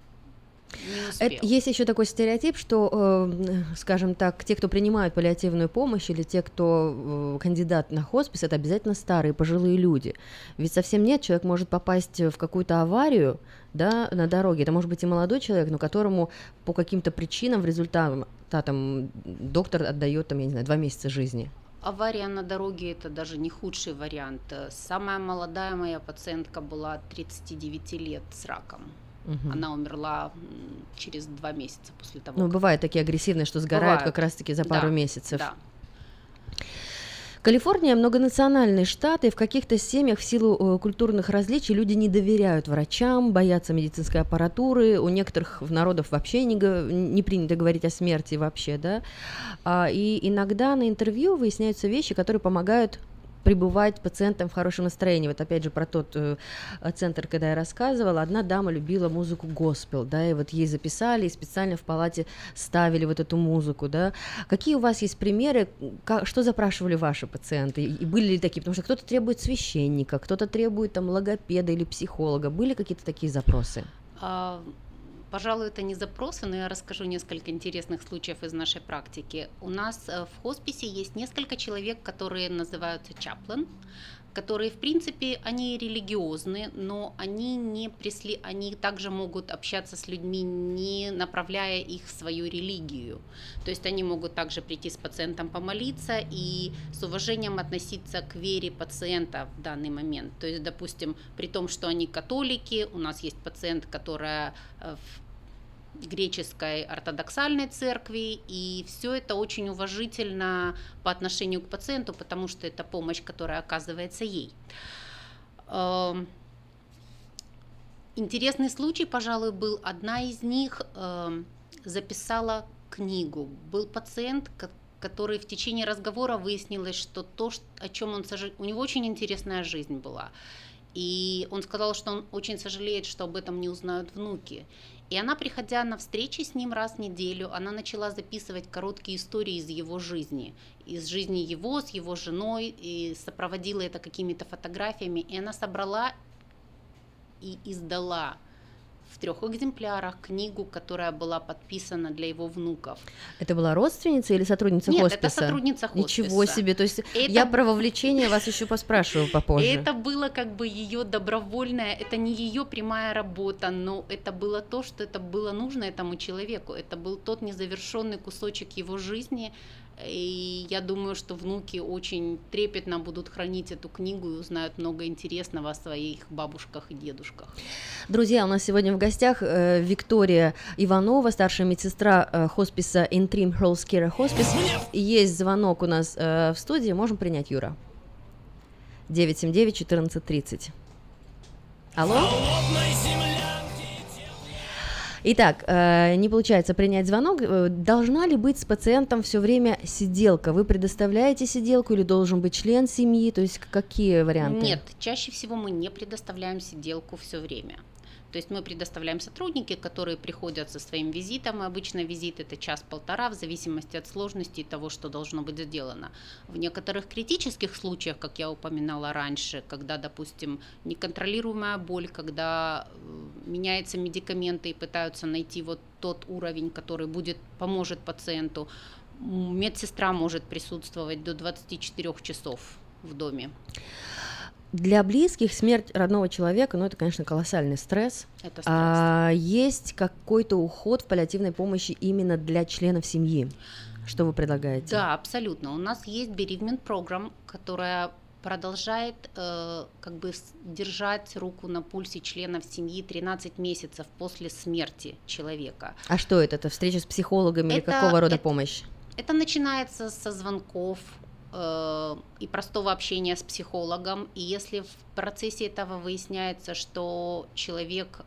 Это, есть еще такой стереотип, что, э, скажем так, те, кто принимают паллиативную помощь, или те, кто э, кандидат на хоспис, это обязательно старые, пожилые люди. Ведь совсем нет, человек может попасть в какую-то аварию, да, на дороге. Это может быть и молодой человек, но которому по каким-то причинам в результате да, там, доктор отдает, там, я не знаю, два месяца жизни. Авария на дороге – это даже не худший вариант. Самая молодая моя пациентка была тридцати девяти лет с раком. Угу. Она умерла через два месяца после того. Ну, как... бывают такие агрессивные, что сгорают бывают. Как раз-таки за пару да, месяцев. Да. Калифорния – многонациональный штат, и в каких-то семьях в силу культурных различий люди не доверяют врачам, боятся медицинской аппаратуры. У некоторых народов вообще не, не принято говорить о смерти вообще, да. И иногда на интервью выясняются вещи, которые помогают пребывать пациентам в хорошем настроении. Вот опять же про тот э, центр, когда я рассказывала, одна дама любила музыку госпел, да, и вот ей записали, и специально в палате ставили вот эту музыку, да. Какие у вас есть примеры, как, что запрашивали ваши пациенты, и были ли такие, потому что кто-то требует священника, кто-то требует там логопеда или психолога, были какие-то такие запросы? Пожалуй, это не запросы, но я расскажу несколько интересных случаев из нашей практики. У нас в хосписе есть несколько человек, которые называются chaplain, которые, в принципе, они религиозны, но они, не преслед... они также могут общаться с людьми, не направляя их в свою религию. То есть они могут также прийти с пациентом помолиться и с уважением относиться к вере пациента в данный момент. То есть, допустим, при том, что они католики, у нас есть пациент, которая в греческой ортодоксальной церкви, и все это очень уважительно по отношению к пациенту, потому что это помощь, которая оказывается ей. Интересный случай, пожалуй, был. Одна из них записала книгу. Был пациент, который в течение разговора выяснилось, что то, о чем он сожалеет, у него очень интересная жизнь была. И он сказал, что он очень сожалеет, что об этом не узнают внуки. И она, приходя на встречи с ним раз в неделю, она начала записывать короткие истории из его жизни, из жизни его, с его женой, и сопроводила это какими-то фотографиями. И она собрала и издала в трех экземплярах книгу, которая была подписана для его внуков. Это была родственница или сотрудница Нет, хосписа? Нет, это сотрудница хосписа. Ничего себе, то есть это... я про вовлечение вас еще поспрашиваю попозже. Это было как бы ее добровольное, это не ее прямая работа, но это было то, что это было нужно этому человеку, это был тот незавершенный кусочек его жизни, и я думаю, что внуки очень трепетно будут хранить эту книгу и узнают много интересного о своих бабушках и дедушках. Друзья, у нас сегодня в гостях э, Виктория Иванова, старшая медсестра э, хосписа Interim Health Care Hospice. Есть звонок у нас э, в студии, можем принять, Юра? девять семь девять четырнадцать тридцать. Алло? Итак, не получается принять звонок. Должна ли быть с пациентом все время сиделка? Вы предоставляете сиделку или должен быть член семьи? То есть какие варианты? Нет, чаще всего мы не предоставляем сиделку все время. То есть мы предоставляем сотрудники, которые приходят со своим визитом. Обычно визит это час-полтора, в зависимости от сложности и того, что должно быть сделано. В некоторых критических случаях, как я упоминала раньше, когда, допустим, неконтролируемая боль, когда меняются медикаменты и пытаются найти вот тот уровень, который будет, поможет пациенту, медсестра может присутствовать до двадцати четырёх часов в доме. Для близких смерть родного человека, ну это, конечно, колоссальный стресс. Это стресс. А, есть какой-то уход в паллиативной помощи именно для членов семьи? Что вы предлагаете? Да, абсолютно. У нас есть bereavement program, которая продолжает э, как бы держать руку на пульсе членов семьи тринадцать месяцев после смерти человека. А что это? Это встреча с психологами это, или какого рода это, помощь? Это начинается со звонков и простого общения с психологом, и если в процессе этого выясняется, что человек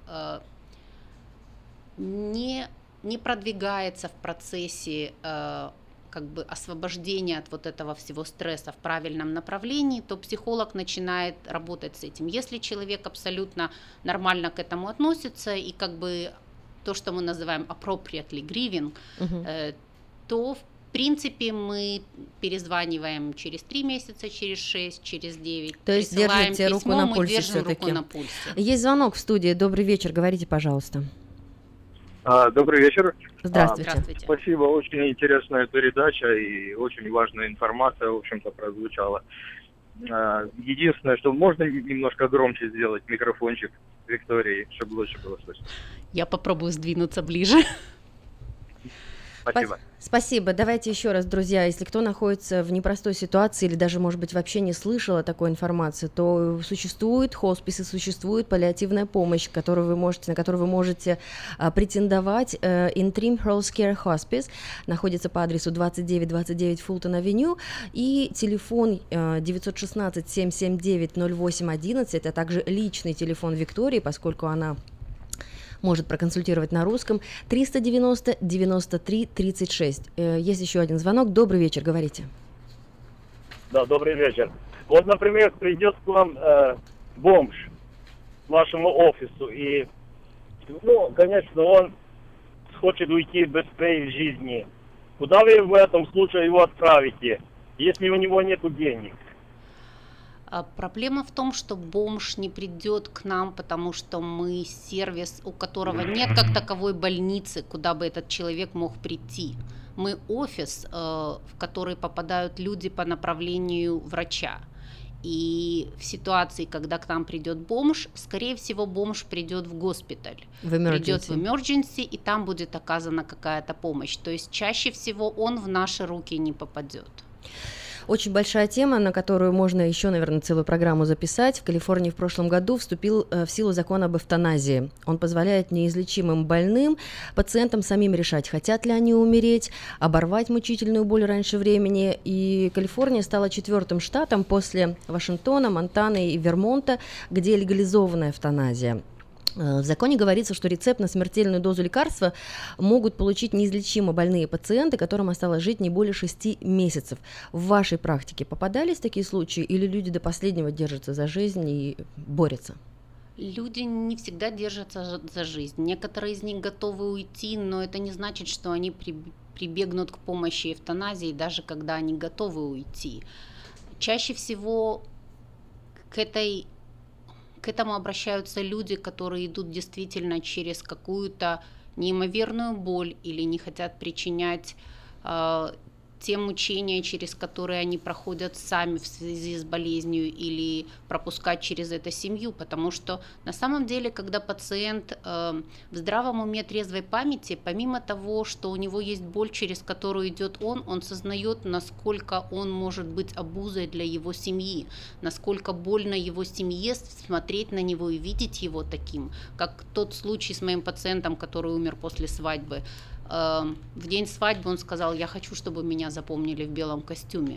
не, не продвигается в процессе как бы освобождения от вот этого всего стресса в правильном направлении, то психолог начинает работать с этим. Если человек абсолютно нормально к этому относится и как бы то, что мы называем appropriately grieving, uh-huh. то в В принципе, мы перезваниваем через три месяца, через шесть, через девять. То есть держите руку на пульсе все-таки. На пульсе. Есть звонок в студии. Добрый вечер. Говорите, пожалуйста. А, добрый вечер. Здравствуйте. А, Здравствуйте. Спасибо. Очень интересная передача и очень важная информация, в общем-то, прозвучала. А, единственное, что можно немножко громче сделать микрофончик Виктории, чтобы лучше было слышно. Я попробую сдвинуться ближе. Спасибо. Спасибо. Давайте еще раз, друзья, если кто находится в непростой ситуации или даже, может быть, вообще не слышал о такой информации, то существует хосписы, существует паллиативная помощь, которую вы можете, на которую вы можете а, претендовать. Interim Health Care Hospice находится по адресу двадцать девять двадцать девять Фултон Авеню, и телефон а, девять один шесть семь семь девять ноль восемь одиннадцать, а также личный телефон Виктории, поскольку она может проконсультировать на русском, триста девяносто девяносто три тридцать шесть. Есть еще один звонок. Добрый вечер, говорите. Да, добрый вечер. Вот, например, придет к вам э, бомж к вашему офису, и, ну, конечно, он хочет уйти без своей жизни. Куда вы в этом случае его отправите, если у него нет денег? А проблема в том, что бомж не придет к нам, потому что мы сервис, у которого нет как таковой больницы, куда бы этот человек мог прийти. Мы офис, в который попадают люди по направлению врача. И в ситуации, когда к нам придет бомж, скорее всего, бомж придет в госпиталь, в придет в emergency, и там будет оказана какая-то помощь. То есть чаще всего он в наши руки не попадет. Очень большая тема, на которую можно еще, наверное, целую программу записать. В Калифорнии в прошлом году вступил в силу закон об эвтаназии. Он позволяет неизлечимым больным пациентам самим решать, хотят ли они умереть, оборвать мучительную боль раньше времени. И Калифорния стала четвертым штатом после Вашингтона, Монтаны и Вермонта, где легализована эвтаназия. В законе говорится, что рецепт на смертельную дозу лекарства могут получить неизлечимо больные пациенты, которым осталось жить не более шести месяцев. В вашей практике попадались такие случаи, или люди до последнего держатся за жизнь и борются? Люди не всегда держатся за жизнь. Некоторые из них готовы уйти, но это не значит, что они прибегнут к помощи эвтаназии, даже когда они готовы уйти. Чаще всего к этой К этому обращаются люди, которые идут действительно через какую-то неимоверную боль или не хотят причинять э, те мучения, через которые они проходят сами в связи с болезнью, или пропускать через это семью, потому что на самом деле, когда пациент э, в здравом уме, трезвой памяти, помимо того, что у него есть боль, через которую идет он, он сознает, насколько он может быть обузой для его семьи, насколько больно его семье смотреть на него и видеть его таким, как тот случай с моим пациентом, который умер после свадьбы. В день свадьбы он сказал: я хочу, чтобы меня запомнили в белом костюме.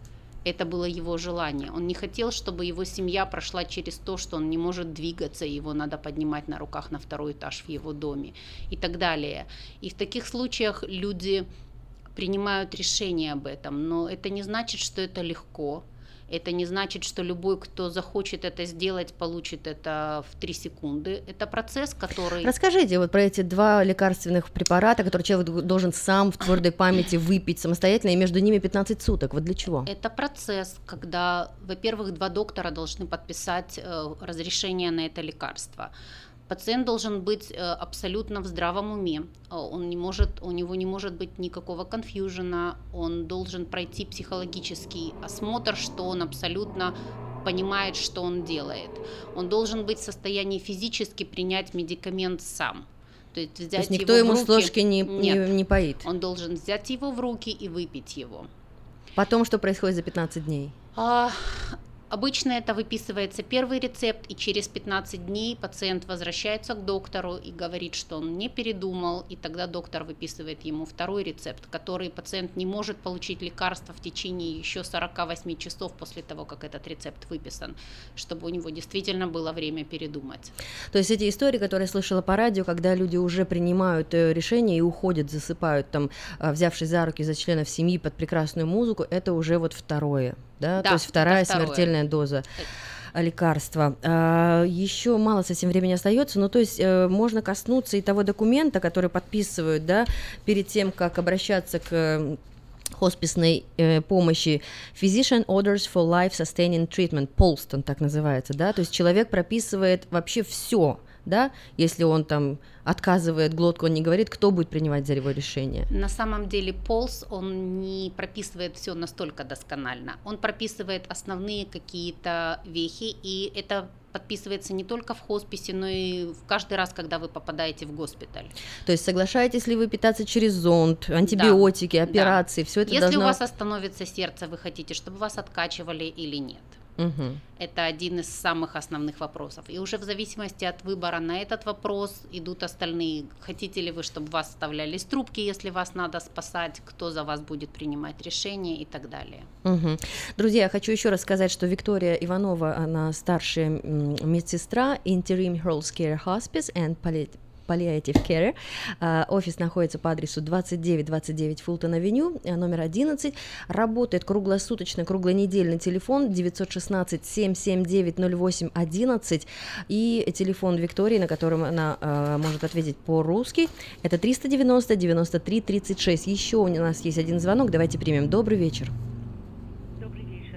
Это было его желание. Он не хотел, чтобы его семья прошла через то, что он не может двигаться, его надо поднимать на руках на второй этаж в его доме и так далее. И в таких случаях люди принимают решение об этом, но это не значит, что это легко. Это не значит, что любой, кто захочет это сделать, получит это в три секунды. Это процесс, который... Расскажите вот про эти два лекарственных препарата, которые человек должен сам в твердой памяти выпить самостоятельно, и между ними пятнадцать суток. Вот для чего? Это процесс, когда, во-первых, два доктора должны подписать э, разрешение на это лекарство. Пациент должен быть э, абсолютно в здравом уме, он не может, у него не может быть никакого конфьюжена, он должен пройти психологический осмотр, что он абсолютно понимает, что он делает. Он должен быть в состоянии физически принять медикамент сам. То есть, взять То есть никто его ему в руки, с ложки не, не, не поит? Он должен взять его в руки и выпить его. Потом что происходит за пятнадцать дней? А... Обычно это выписывается первый рецепт, и через пятнадцать дней пациент возвращается к доктору и говорит, что он не передумал, и тогда доктор выписывает ему второй рецепт, который пациент не может получить лекарство в течение еще сорок восемь часов после того, как этот рецепт выписан, чтобы у него действительно было время передумать. То есть эти истории, которые я слышала по радио, когда люди уже принимают решение и уходят, засыпают, там, взявшись за руки за членов семьи под прекрасную музыку, это уже вот второе. Да? Да, то есть вторая второе. смертельная доза лекарства. А, еще мало совсем времени остается, но то есть э, можно коснуться и того документа, который подписывают, да, перед тем, как обращаться к хосписной э, помощи. Physician Orders for Life Sustaining Treatment, Полстон так называется, да, то есть человек прописывает вообще все, да, если он там отказывает глотку, он не говорит, кто будет принимать за его решение. На самом деле Полс, он не прописывает все настолько досконально, он прописывает основные какие-то вехи, и это подписывается не только в хосписе, но и в каждый раз, когда вы попадаете в госпиталь. То есть соглашаетесь ли вы питаться через зонд, антибиотики, да, операции, да. все это Если должно... у вас остановится сердце, вы хотите, чтобы вас откачивали или нет? Угу. Это один из самых основных вопросов. И уже в зависимости от выбора на этот вопрос идут остальные. Хотите ли вы, чтобы вас вставлялись трубки, если вас надо спасать, кто за вас будет принимать решения и так далее. Угу. Друзья, хочу еще раз сказать, что Виктория Иванова, она старшая медсестра Interim Health Care Hospice and Palliative Care. Офис находится по адресу двадцать девять двадцать девять Фултон-авеню, номер одиннадцать. Работает круглосуточно, круглонедельный телефон девять один шесть семь семь девять ноль восемь одиннадцать и телефон Виктории, на котором она э, может ответить по-русски, это триста девяносто девяносто три тридцать шесть. Еще у нас есть один звонок, давайте примем. Добрый вечер. Добрый вечер.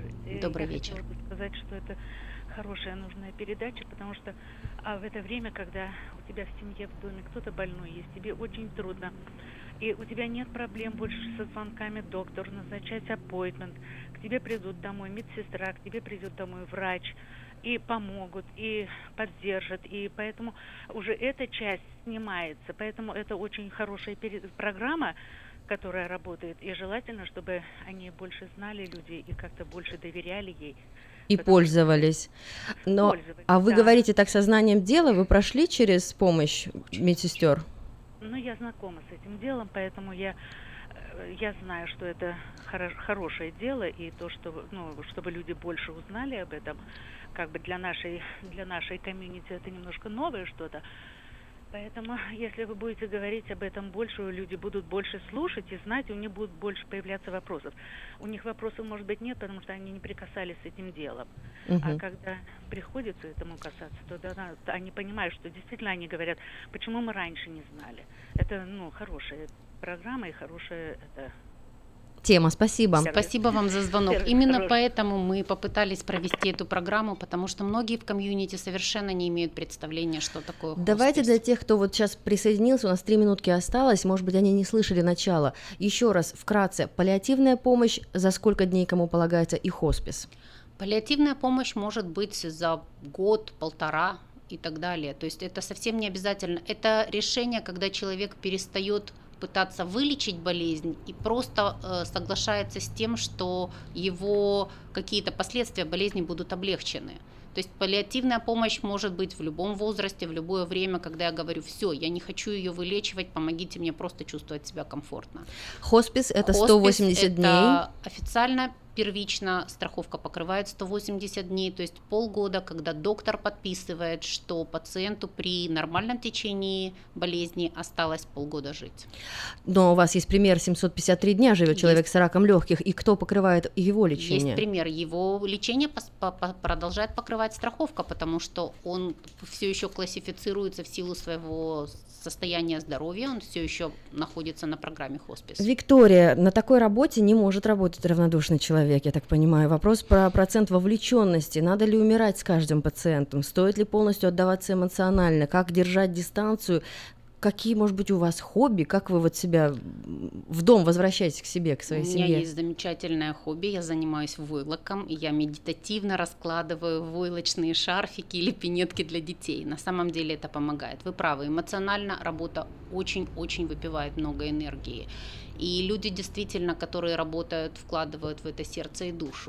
Добрый я вечер. хотела бы сказать, что это хорошая, нужная передача, потому что а в это время, когда у тебя в семье, в доме кто-то больной есть, тебе очень трудно, и у тебя нет проблем больше со звонками доктору, назначать appointment, к тебе придут домой медсестра, к тебе придет домой врач, и помогут, и поддержат, и поэтому уже эта часть снимается, поэтому это очень хорошая перед... программа, которая работает, и желательно, чтобы они больше знали людей и как-то больше доверяли ей. И пользовались. Но, Пользовались, а вы да. говорите так сознанием дела, вы прошли через помощь медсестер? Ну, я знакома с этим делом, поэтому я, я знаю, что это хоро- хорошее дело, и то, что, ну, чтобы люди больше узнали об этом, как бы для нашей, для нашей комьюнити это немножко новое что-то. Поэтому, если вы будете говорить об этом больше, люди будут больше слушать и знать, у них будут больше появляться вопросов. У них вопросов, может быть, нет, потому что они не прикасались с этим делом. Угу. А когда приходится этому касаться, то да, они понимают, что действительно они говорят, почему мы раньше не знали. Это, ну, хорошая программа и хорошая это, Тема, спасибо. Спасибо вам за звонок. Сервис Именно хороший. поэтому мы попытались провести эту программу, потому что многие в комьюнити совершенно не имеют представления, что такое хоспис. Давайте для тех, кто вот сейчас присоединился, у нас три минутки осталось, может быть, они не слышали начала. Еще раз, вкратце, паллиативная помощь, за сколько дней кому полагается, и хоспис? Паллиативная помощь может быть за год, полтора и так далее. То есть это совсем не обязательно. Это решение, когда человек перестает пытаться вылечить болезнь и просто э, соглашается с тем, что его какие-то последствия болезни будут облегчены. То есть паллиативная помощь может быть в любом возрасте, в любое время, когда я говорю, все, я не хочу ее вылечивать, помогите мне просто чувствовать себя комфортно. Хоспис – это Хоспис сто восемьдесят это дней. Официально первично страховка покрывает сто восемьдесят дней, то есть полгода, когда доктор подписывает, что пациенту при нормальном течении болезни осталось полгода жить. Но у вас есть пример, семьсот пятьдесят три дня живет человек с раком легких, и кто покрывает его лечение? Есть пример, его лечение продолжает покрывать страховка, потому что он все еще классифицируется в силу своего состояния здоровья, он все еще находится на программе хоспис. Виктория, на такой работе не может работать равнодушный человек, я так понимаю. Вопрос про процент вовлеченности. Надо ли умирать с каждым пациентом? Стоит ли полностью отдаваться эмоционально? Как держать дистанцию? Какие, может быть, у вас хобби? Как вы вот себя в дом возвращаетесь к себе, к своей семье? У меня есть замечательное хобби, я занимаюсь войлоком, и я медитативно раскладываю войлочные шарфики или пинетки для детей. На самом деле это помогает. Вы правы, эмоционально работа очень-очень выпивает много энергии. И люди действительно, которые работают, вкладывают в это сердце и душу.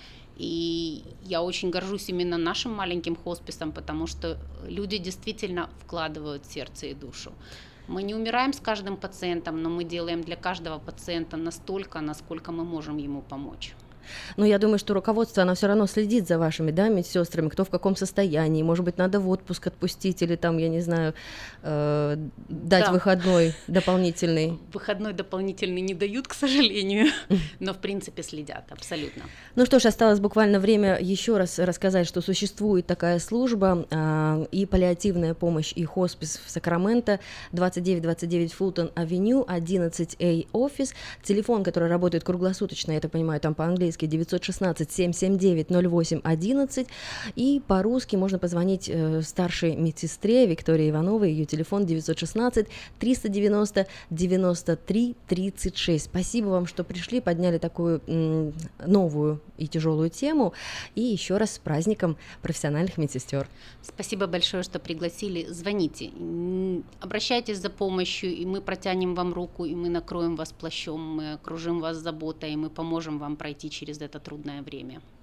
И я очень горжусь именно нашим маленьким хосписом, потому что люди действительно вкладывают сердце и душу. Мы не умираем с каждым пациентом, но мы делаем для каждого пациента настолько, насколько мы можем ему помочь. Но я думаю, что руководство, оно все равно следит за вашими, да, медсестрами, кто в каком состоянии, может быть, надо в отпуск отпустить или там, я не знаю, э, дать Да. выходной дополнительный. Выходной дополнительный не дают, к сожалению, но в принципе следят, абсолютно. Ну что ж, осталось буквально время еще раз рассказать, что существует такая служба э, и паллиативная помощь, и хоспис в Сакраменто, двадцать девять двадцать девять Фултон Авеню, одиннадцать А офис, телефон, который работает круглосуточно, я так понимаю, там по-английски девятьсот шестнадцать семь семь девять ноль восемь одиннадцать, и по-русски можно позвонить э, старшей медсестре Виктории Ивановой, ее телефон девятьсот шестнадцать триста девяносто девяносто три тридцать шесть. Спасибо вам, что пришли, подняли такую м, новую и тяжелую тему, и еще раз с праздником профессиональных медсестер. Спасибо большое, что пригласили. Звоните, м, обращайтесь за помощью, и мы протянем вам руку, и мы накроем вас плащом, мы окружим вас заботой, и мы поможем вам пройти через это трудное время.